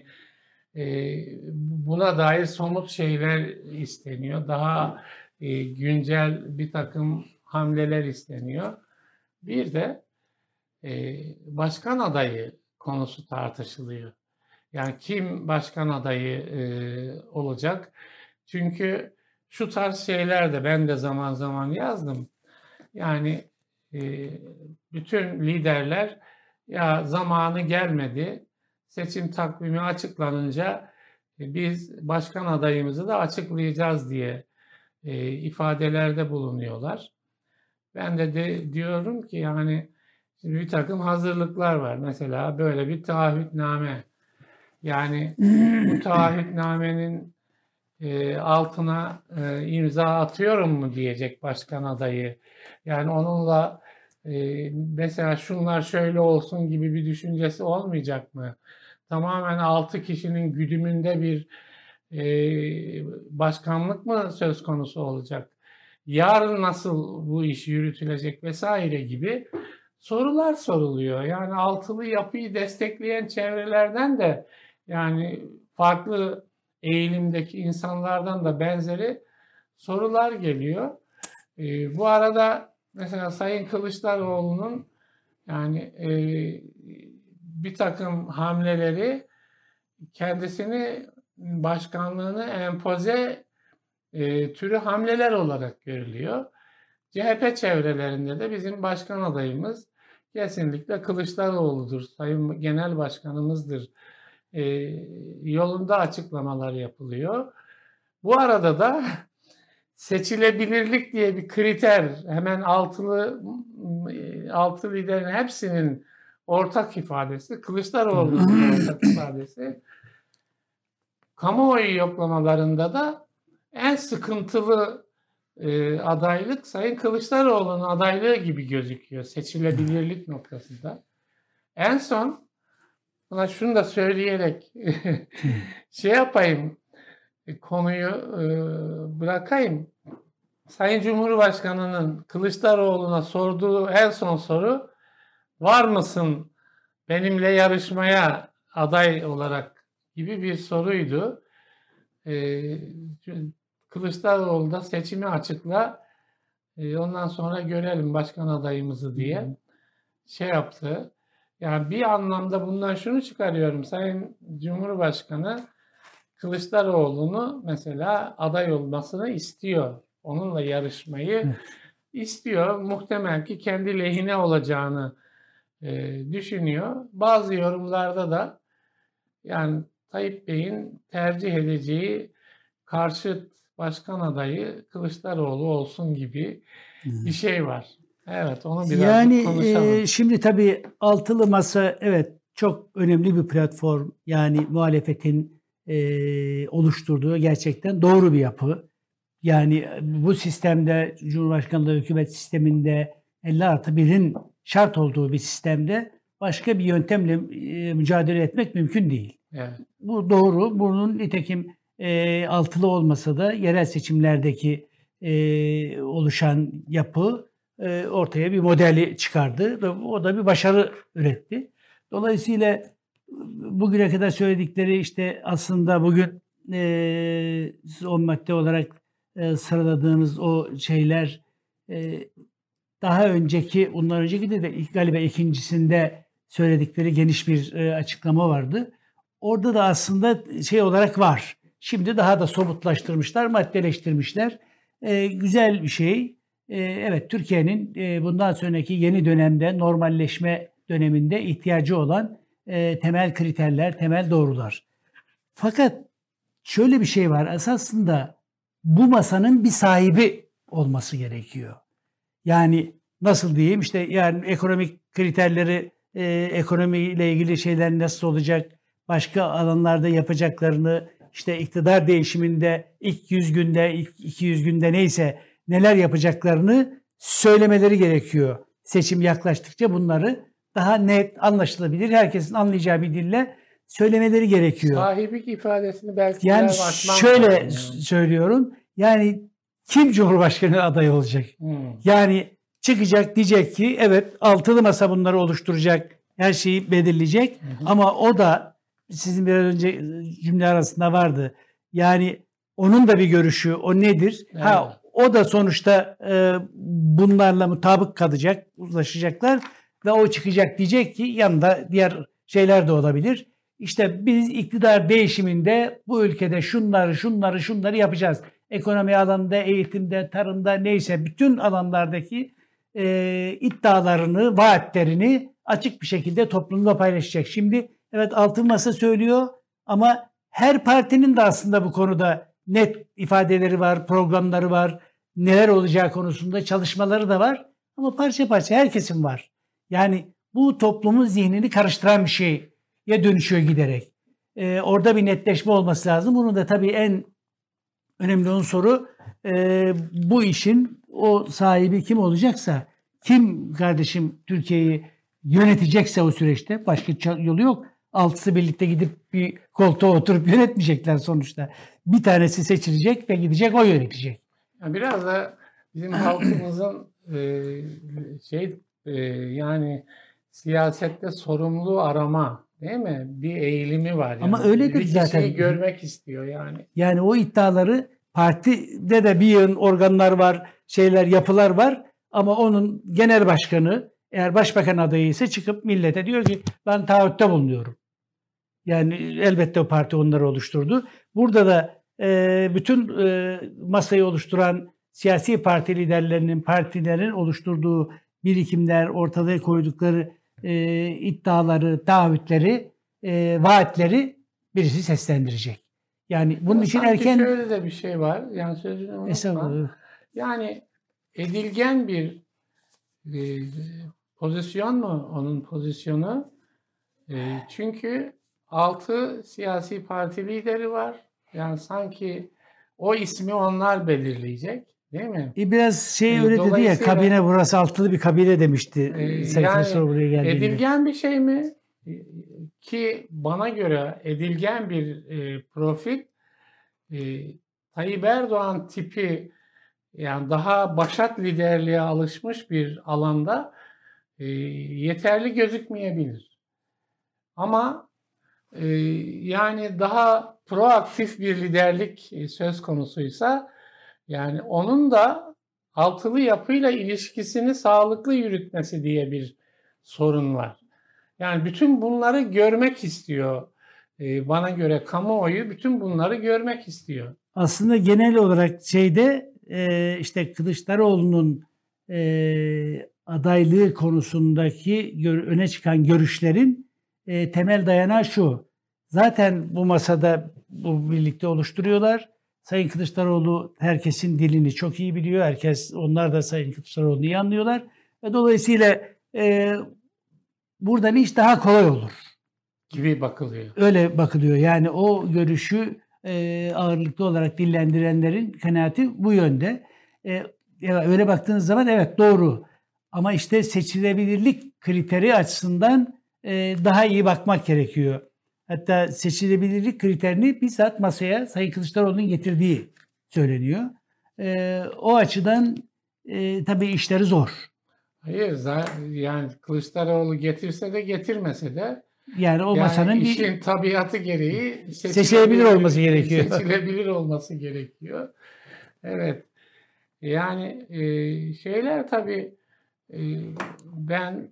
buna dair somut şeyler isteniyor. Daha güncel bir takım hamleler isteniyor. Bir de başkan adayı konusu tartışılıyor. Yani kim başkan adayı olacak? Çünkü şu tarz şeyler de ben de zaman zaman yazdım. Yani bütün liderler, ya zamanı gelmedi, seçim takvimi açıklanınca biz başkan adayımızı da açıklayacağız diye ifadelerde bulunuyor. Ben de diyorum ki yani şimdi bir takım hazırlıklar var. Mesela böyle bir taahhütname. Yani bu taahhütnamenin altına imza atıyorum mu diyecek başkan adayı. Yani onunla mesela şunlar şöyle olsun gibi bir düşüncesi olmayacak mı? Tamamen 6 kişinin güdümünde bir başkanlık mı söz konusu olacak? Yarın nasıl bu iş yürütülecek vesaire gibi sorular soruluyor. Yani altılı yapıyı destekleyen çevrelerden de, yani farklı eğilimdeki insanlardan da benzeri sorular geliyor. Bu arada mesela Sayın Kılıçdaroğlu'nun yani bir takım hamleleri kendisini, başkanlığını empoze türü hamleler olarak görülüyor. CHP çevrelerinde de bizim başkan adayımız kesinlikle Kılıçdaroğlu'dur, Sayın Genel Başkanımızdır yolunda açıklamalar yapılıyor. Bu arada da seçilebilirlik diye bir kriter, hemen altı liderin hepsinin ortak ifadesi, Kılıçdaroğlu'nun ortak ifadesi. Kamuoyu yoklamalarında da en sıkıntılı adaylık Sayın Kılıçdaroğlu'nun adaylığı gibi gözüküyor seçilebilirlik noktasında. En son buna şunu da söyleyerek şey yapayım, konuyu bırakayım. Sayın Cumhurbaşkanı'nın Kılıçdaroğlu'na sorduğu en son soru, var mısın benimle yarışmaya aday olarak gibi bir soruydu. Kılıçdaroğlu da seçimi açıkla, ondan sonra görelim başkan adayımızı diye şey yaptı. Yani bir anlamda bundan şunu çıkarıyorum. Sayın Cumhurbaşkanı Kılıçdaroğlu'nu mesela aday olmasını istiyor. Onunla yarışmayı Evet. istiyor. Muhtemel ki kendi lehine olacağını düşünüyor. Bazı yorumlarda da yani Tayyip Bey'in tercih edeceği karşıt başkan adayı Kılıçdaroğlu olsun gibi bir şey var. Evet, onu birazcık Yani konuşalım. şimdi tabii altılı masa evet çok önemli bir platform. Yani muhalefetin oluşturduğu gerçekten doğru bir yapı. Yani bu sistemde Cumhurbaşkanlığı hükümet sisteminde 50+1'in şart olduğu bir sistemde başka bir yöntemle mücadele etmek mümkün değil. Evet. Bu doğru. Bunun nitekim altılı olmasa da yerel seçimlerdeki oluşan yapı ortaya bir modeli çıkardı ve o da bir başarı üretti. Dolayısıyla bugüne kadar söyledikleri işte aslında bugün siz 10 madde olarak sıraladığınız o şeyler daha önceki, bundan önceki de galiba ikincisinde söyledikleri geniş bir açıklama vardı. Orada da aslında şey olarak var. Şimdi daha da somutlaştırmışlar, maddeleştirmişler. Güzel bir şey. Evet, Türkiye'nin bundan sonraki yeni dönemde, normalleşme döneminde ihtiyacı olan temel kriterler, temel doğrular. Fakat şöyle bir şey var. Esasında bu masanın bir sahibi olması gerekiyor. Yani nasıl diyeyim işte yani ekonomik kriterleri, ekonomiyle ilgili şeyler nasıl olacak, başka alanlarda yapacaklarını, işte iktidar değişiminde ilk 100 günde, ilk 200 günde neyse neler yapacaklarını söylemeleri gerekiyor. Seçim yaklaştıkça bunları daha net, anlaşılabilir, herkesin anlayacağı bir dille söylemeleri gerekiyor. Sahibik ifadesini belki Yani biraz açman şöyle lazım yani. söylüyorum, yani kim Cumhurbaşkanı adayı olacak? Yani çıkacak diyecek ki evet altılı masa bunları oluşturacak, her şeyi belirleyecek ama o da sizin biraz önce cümle arasında vardı. Yani onun da bir görüşü, o nedir? Evet. Ha o da sonuçta bunlarla mutabık kalacak, uzlaşacaklar ve o çıkacak diyecek ki yanında diğer şeyler de olabilir. İşte biz iktidar değişiminde bu ülkede şunları yapacağız. Ekonomi alanında, eğitimde, tarımda neyse bütün alanlardaki iddialarını, vaatlerini açık bir şekilde toplumla paylaşacak. Şimdi evet Altın Masa söylüyor ama her partinin de aslında bu konuda net ifadeleri var, programları var, neler olacağı konusunda çalışmaları da var. Ama parça parça herkesin var. Yani bu toplumun zihnini karıştıran bir şeye dönüşüyor giderek. Orada bir netleşme olması lazım. Bunun da tabii en önemli unsuru bu işin o sahibi kim olacaksa, kim kardeşim Türkiye'yi yönetecekse o süreçte başka yolu yok. Altısı birlikte gidip bir koltuğa oturup yönetmeyecekler sonuçta. Bir tanesi seçilecek ve gidecek o yönetecek. Yani biraz da bizim halkımızın yani siyasette sorumlu arama değil mi? Bir eğilimi var. Yani. Ama öyledir bir kişiyi zaten. görmek istiyor yani. Yani o iddiaları partide de bir yığın organlar var, şeyler, yapılar var ama onun genel başkanı eğer başbakan adayı ise çıkıp millete diyor ki ben taahhütte bulunuyorum. Yani elbette o parti onları oluşturdu. Burada da bütün masayı oluşturan siyasi parti liderlerinin, partilerin oluşturduğu birikimler, ortaya koydukları iddiaları, taahhütleri, vaatleri birisi seslendirecek. Yani bunun için Sanki erken... şöyle de bir şey var. Yani sözünü unutma. Yani edilgen bir pozisyon mu onun pozisyonu? Çünkü 6 siyasi parti lideri var. Yani sanki o ismi onlar belirleyecek. Değil mi? Biraz şey öyle dedi ya, kabine burası altılı bir kabine demişti. Yani buraya geldiğinde. edilgen bir şey mi? Ki bana göre edilgen bir profil Tayyip Erdoğan tipi yani daha başat liderliğe alışmış bir alanda yeterli gözükmeyebilir. Ama yani daha proaktif bir liderlik söz konusuysa yani onun da altılı yapıyla ilişkisini sağlıklı yürütmesi diye bir sorun var. Yani bütün bunları görmek istiyor. Bana göre kamuoyu bütün bunları görmek istiyor. Aslında genel olarak işte Kılıçdaroğlu'nun adaylığı konusundaki öne çıkan görüşlerin temel dayanağı şu. Zaten bu masada bu birlikte oluşturuyorlar. Sayın Kılıçdaroğlu herkesin dilini çok iyi biliyor. Onlar da Sayın Kılıçdaroğlu'nu iyi anlıyorlar. Dolayısıyla buradan iş daha kolay olur Gibi bakılıyor. Öyle bakılıyor. Yani o görüşü ağırlıklı olarak dillendirenlerin kanaati bu yönde. Öyle baktığınız zaman evet doğru. Ama işte seçilebilirlik kriteri açısından daha iyi bakmak gerekiyor. Hatta seçilebilirlik kriterini bizzat masaya Sayın Kılıçdaroğlu'nun getirdiği söyleniyor. O açıdan tabii işleri zor. Hayır, yani Kılıçdaroğlu getirse de getirmese de yani o masanın işin tabiatı gereği seçilebilir olması gerekiyor. Seçilebilir olması gerekiyor. Evet. Yani şeyler tabii ben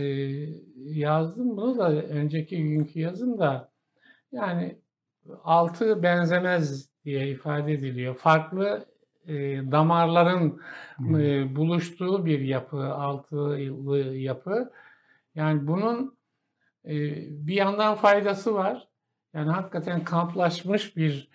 yazdım bunu da önceki günkü yazımda, yani altı benzemez diye ifade ediliyor. Farklı damarların buluştuğu bir yapı, altılı yapı. Yani bunun bir yandan faydası var. Yani hakikaten kamplaşmış bir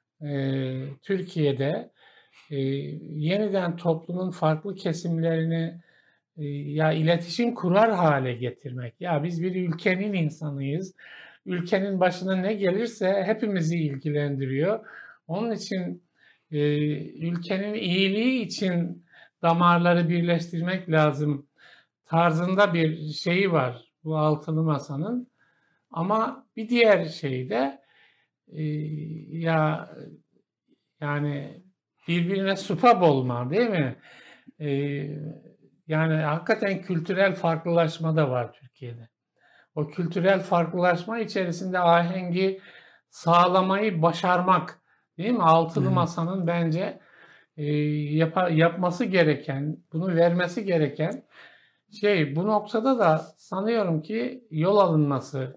Türkiye'de yeniden toplumun farklı kesimlerini ya iletişim kurar hale getirmek. Ya biz bir ülkenin insanıyız. Ülkenin başına ne gelirse hepimizi ilgilendiriyor. Onun için ülkenin iyiliği için damarları birleştirmek lazım tarzında bir şeyi var bu altılı masanın. Ama bir diğer şey de ya yani birbirine supap olma, değil mi? Yani hakikaten kültürel farklılaşma da var Türkiye'de. O kültürel farklılaşma içerisinde ahengi sağlamayı başarmak, değil mi? Altılı masanın bence yapması gereken, bunu vermesi gereken şey. Bu noktada da sanıyorum ki yol alınması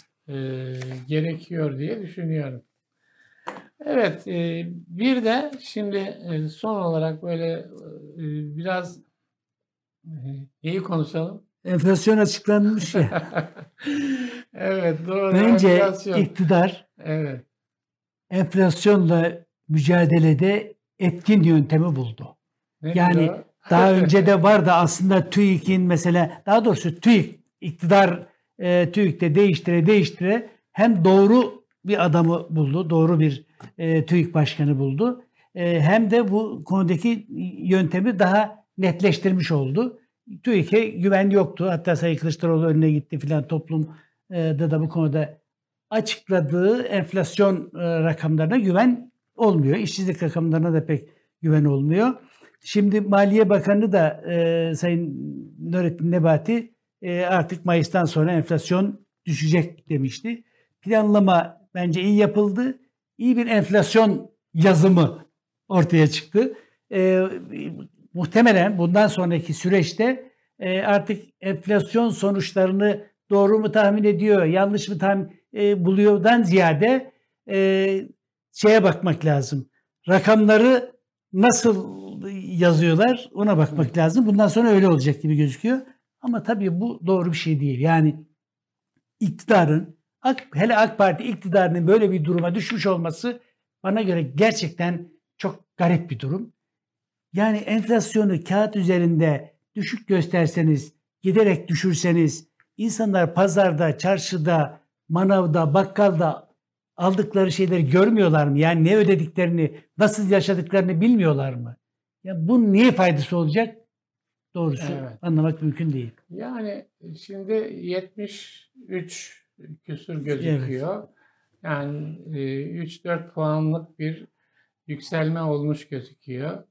gerekiyor diye düşünüyorum. Evet, bir de şimdi son olarak böyle biraz neyi konuşalım? Enflasyon açıklanmış ya. Evet, doğru. Bence enflasyon. iktidar Evet. enflasyonla mücadelede etkin yöntemi buldu. Nedir yani o? daha önce de vardı aslında TÜİK'in mesela, daha doğrusu iktidar TÜİK'te değiştire hem doğru bir adamı buldu, doğru bir TÜİK başkanı buldu. Hem de bu konudaki yöntemi daha netleştirmiş oldu. TÜİK'e güven yoktu. Hatta Sayın Kılıçdaroğlu önüne gitti filan, toplumda da bu konuda açıkladığı enflasyon rakamlarına güven olmuyor. İşsizlik rakamlarına da pek güven olmuyor. Şimdi Maliye Bakanı da Sayın Nurettin Nebati artık Mayıs'tan sonra enflasyon düşecek demişti. Planlama bence iyi yapıldı. İyi bir enflasyon yazımı ortaya çıktı. Muhtemelen bundan sonraki süreçte artık enflasyon sonuçlarını doğru mu tahmin ediyor, yanlış mı buluyordan ziyade şeye bakmak lazım. Rakamları nasıl yazıyorlar, ona bakmak lazım. Bundan sonra öyle olacak gibi gözüküyor. Ama tabii bu doğru bir şey değil. Yani iktidarın, hele AK Parti iktidarının böyle bir duruma düşmüş olması bana göre gerçekten çok garip bir durum. Yani enflasyonu kağıt üzerinde düşük gösterseniz, giderek düşürseniz, insanlar pazarda, çarşıda, manavda, bakkalda aldıkları şeyleri görmüyorlar mı? Yani ne ödediklerini, nasıl yaşadıklarını bilmiyorlar mı? Ya bunun niye faydası olacak? Doğrusu anlamak mümkün değil. Yani şimdi 73 küsur gözüküyor. Evet. Yani 3-4 puanlık bir yükselme olmuş gözüküyor.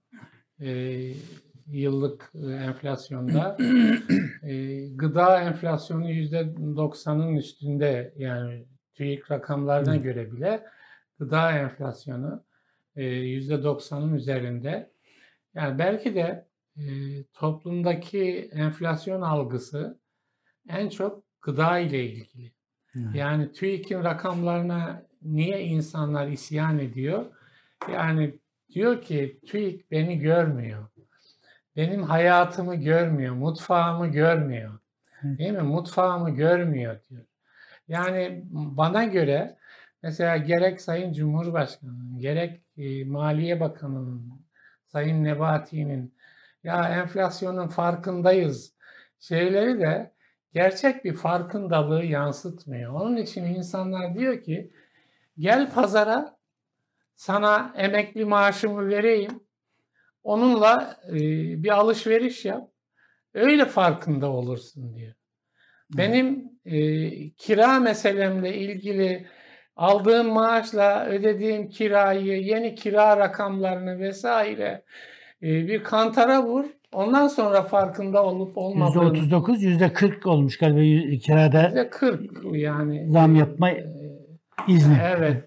Yıllık enflasyonda. Gıda enflasyonu %90'ın üstünde, yani TÜİK rakamlarına göre bile gıda enflasyonu %90'ın üzerinde. Yani belki de toplumdaki enflasyon algısı en çok gıda ile ilgili. Yani TÜİK'in rakamlarına niye insanlar isyan ediyor? Yani diyor ki TÜİK beni görmüyor. Benim hayatımı görmüyor, mutfağımı görmüyor. Değil mi? Mutfağımı görmüyor diyor. Yani bana göre mesela gerek Sayın Cumhurbaşkanı'nın, gerek Maliye Bakanı'nın, Sayın Nebati'nin ya enflasyonun farkındayız şeyleri de gerçek bir farkındalığı yansıtmıyor. Onun için insanlar diyor ki gel pazara sana emekli maaşımı vereyim. Onunla bir alışveriş yap. Öyle farkında olursun diyor. Benim kira meselemle ilgili aldığım maaşla ödediğim kirayı, yeni kira rakamlarını vesaire bir kantara vur. Ondan sonra farkında olup olmadığını. %39, %40 olmuş galiba kirada. %40 yani. Zam yapma izni. Evet.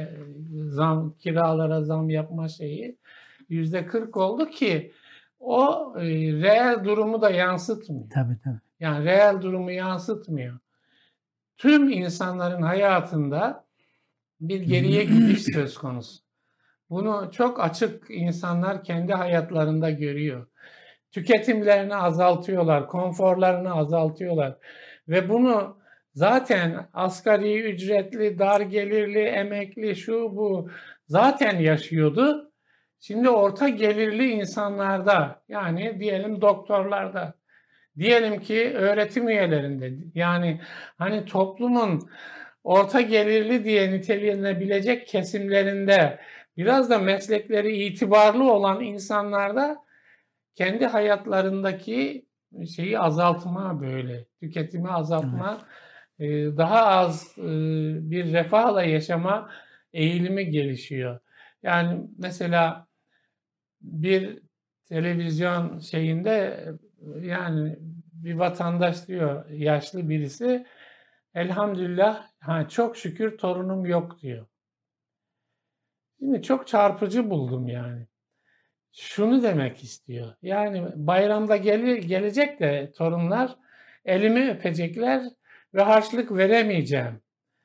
Kiralara zam yapma şeyi %40 oldu ki o reel durumu da yansıtmıyor. Tabii. Yani reel durumu yansıtmıyor. Tüm insanların hayatında bir geriye gidiş söz konusu. Bunu çok açık insanlar kendi hayatlarında görüyor. Tüketimlerini azaltıyorlar, konforlarını azaltıyorlar. Ve bunu zaten asgari ücretli, dar gelirli, emekli, şu bu zaten yaşıyordu. Şimdi orta gelirli insanlarda, yani diyelim doktorlarda, diyelim ki öğretim üyelerinde, yani hani toplumun orta gelirli diye nitelenebilecek kesimlerinde, biraz da meslekleri itibarlı olan insanlarda kendi hayatlarındaki şeyi azaltma, böyle tüketimi azaltma, daha az bir refahla yaşama eğilimi gelişiyor. Yani mesela bir televizyon şeyinde yani bir vatandaş diyor, yaşlı birisi, elhamdülillah çok şükür torunum yok diyor. Şimdi çok çarpıcı buldum yani. Şunu demek istiyor. Yani bayramda gelecek de torunlar elimi öpecekler ve harçlık veremeyeceğim.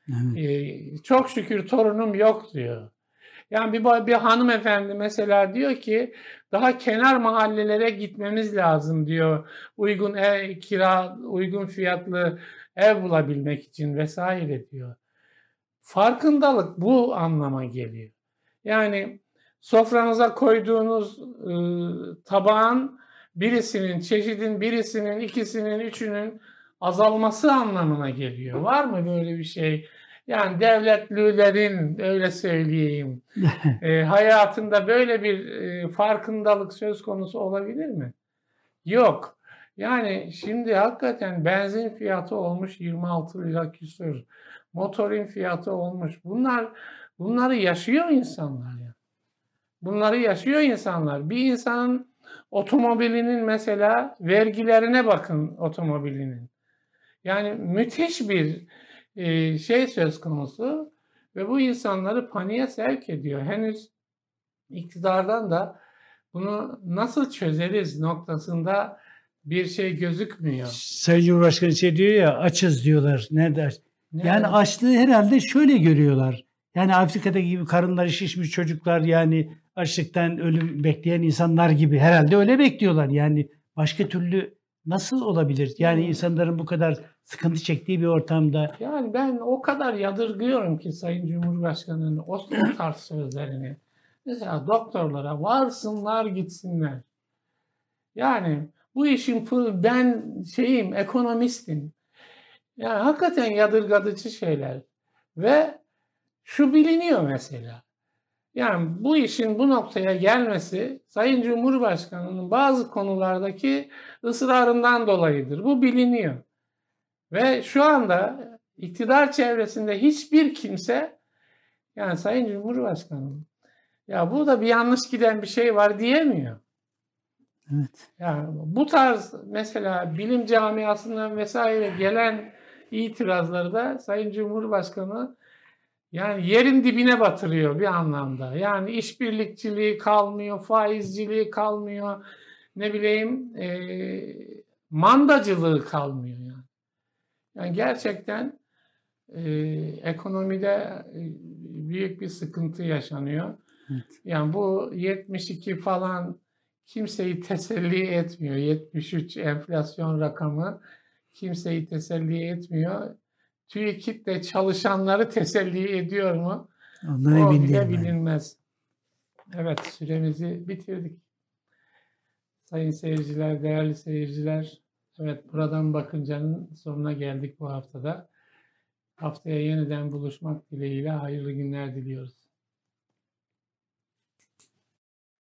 Çok şükür torunum yok diyor. Yani bir hanımefendi mesela diyor ki daha kenar mahallelere gitmemiz lazım diyor. Uygun uygun fiyatlı ev bulabilmek için vesaire diyor. Farkındalık bu anlama geliyor. Yani sofranıza koyduğunuz tabağın birisinin, çeşidin birisinin, ikisinin, üçünün azalması anlamına geliyor. Var mı böyle bir şey? Yani devletlilerin, öyle söyleyeyim, hayatında böyle bir farkındalık söz konusu olabilir mi? Yok. Yani şimdi hakikaten benzin fiyatı olmuş 26 lira küsur. Motorin fiyatı olmuş. Bunları yaşıyor insanlar ya. Bunları yaşıyor insanlar. Bir insanın otomobilinin mesela vergilerine bakın, otomobilinin. Yani müthiş bir şey söz konusu ve bu insanları paniğe sevk ediyor. Henüz iktidardan da bunu nasıl çözeriz noktasında bir şey gözükmüyor. Sayın Cumhurbaşkanı diyor ya, açız diyorlar. Ne der? Yani açlığı herhalde şöyle görüyorlar. Yani Afrika'daki gibi karınları şişmiş çocuklar, yani açlıktan ölüm bekleyen insanlar gibi herhalde öyle bekliyorlar. Yani başka türlü nasıl olabilir? Yani insanların bu kadar sıkıntı çektiği bir ortamda. Yani ben o kadar yadırgıyorum ki Sayın Cumhurbaşkanı'nın o tarz sözlerini. Mesela doktorlara varsınlar gitsinler. Yani bu işin ben ekonomistim. Yani hakikaten yadırgatıcı şeyler. Ve şu biliniyor mesela. Yani bu işin bu noktaya gelmesi Sayın Cumhurbaşkanı'nın bazı konulardaki ısrarından dolayıdır. Bu biliniyor. Ve şu anda iktidar çevresinde hiçbir kimse, yani Sayın Cumhurbaşkanı, ya burada bir yanlış giden bir şey var diyemiyor. Evet. Yani bu tarz mesela bilim camiasından vesaire gelen itirazları da Sayın Cumhurbaşkanı yani yerin dibine batırıyor bir anlamda. Yani işbirlikçiliği kalmıyor, faizciliği kalmıyor, ne bileyim mandacılığı kalmıyor yani. Yani gerçekten ekonomide büyük bir sıkıntı yaşanıyor. Evet. Yani bu 72 falan kimseyi teselli etmiyor. 73 enflasyon rakamı kimseyi teselli etmiyor. TÜİK de çalışanları teselli ediyor mu? Ondan O emin bile değilim ben. bilinmez. Evet, süremizi bitirdik. Sayın seyirciler, değerli seyirciler, evet, buradan bakıncanın sonuna geldik bu haftada. Haftaya yeniden buluşmak dileğiyle hayırlı günler diliyoruz.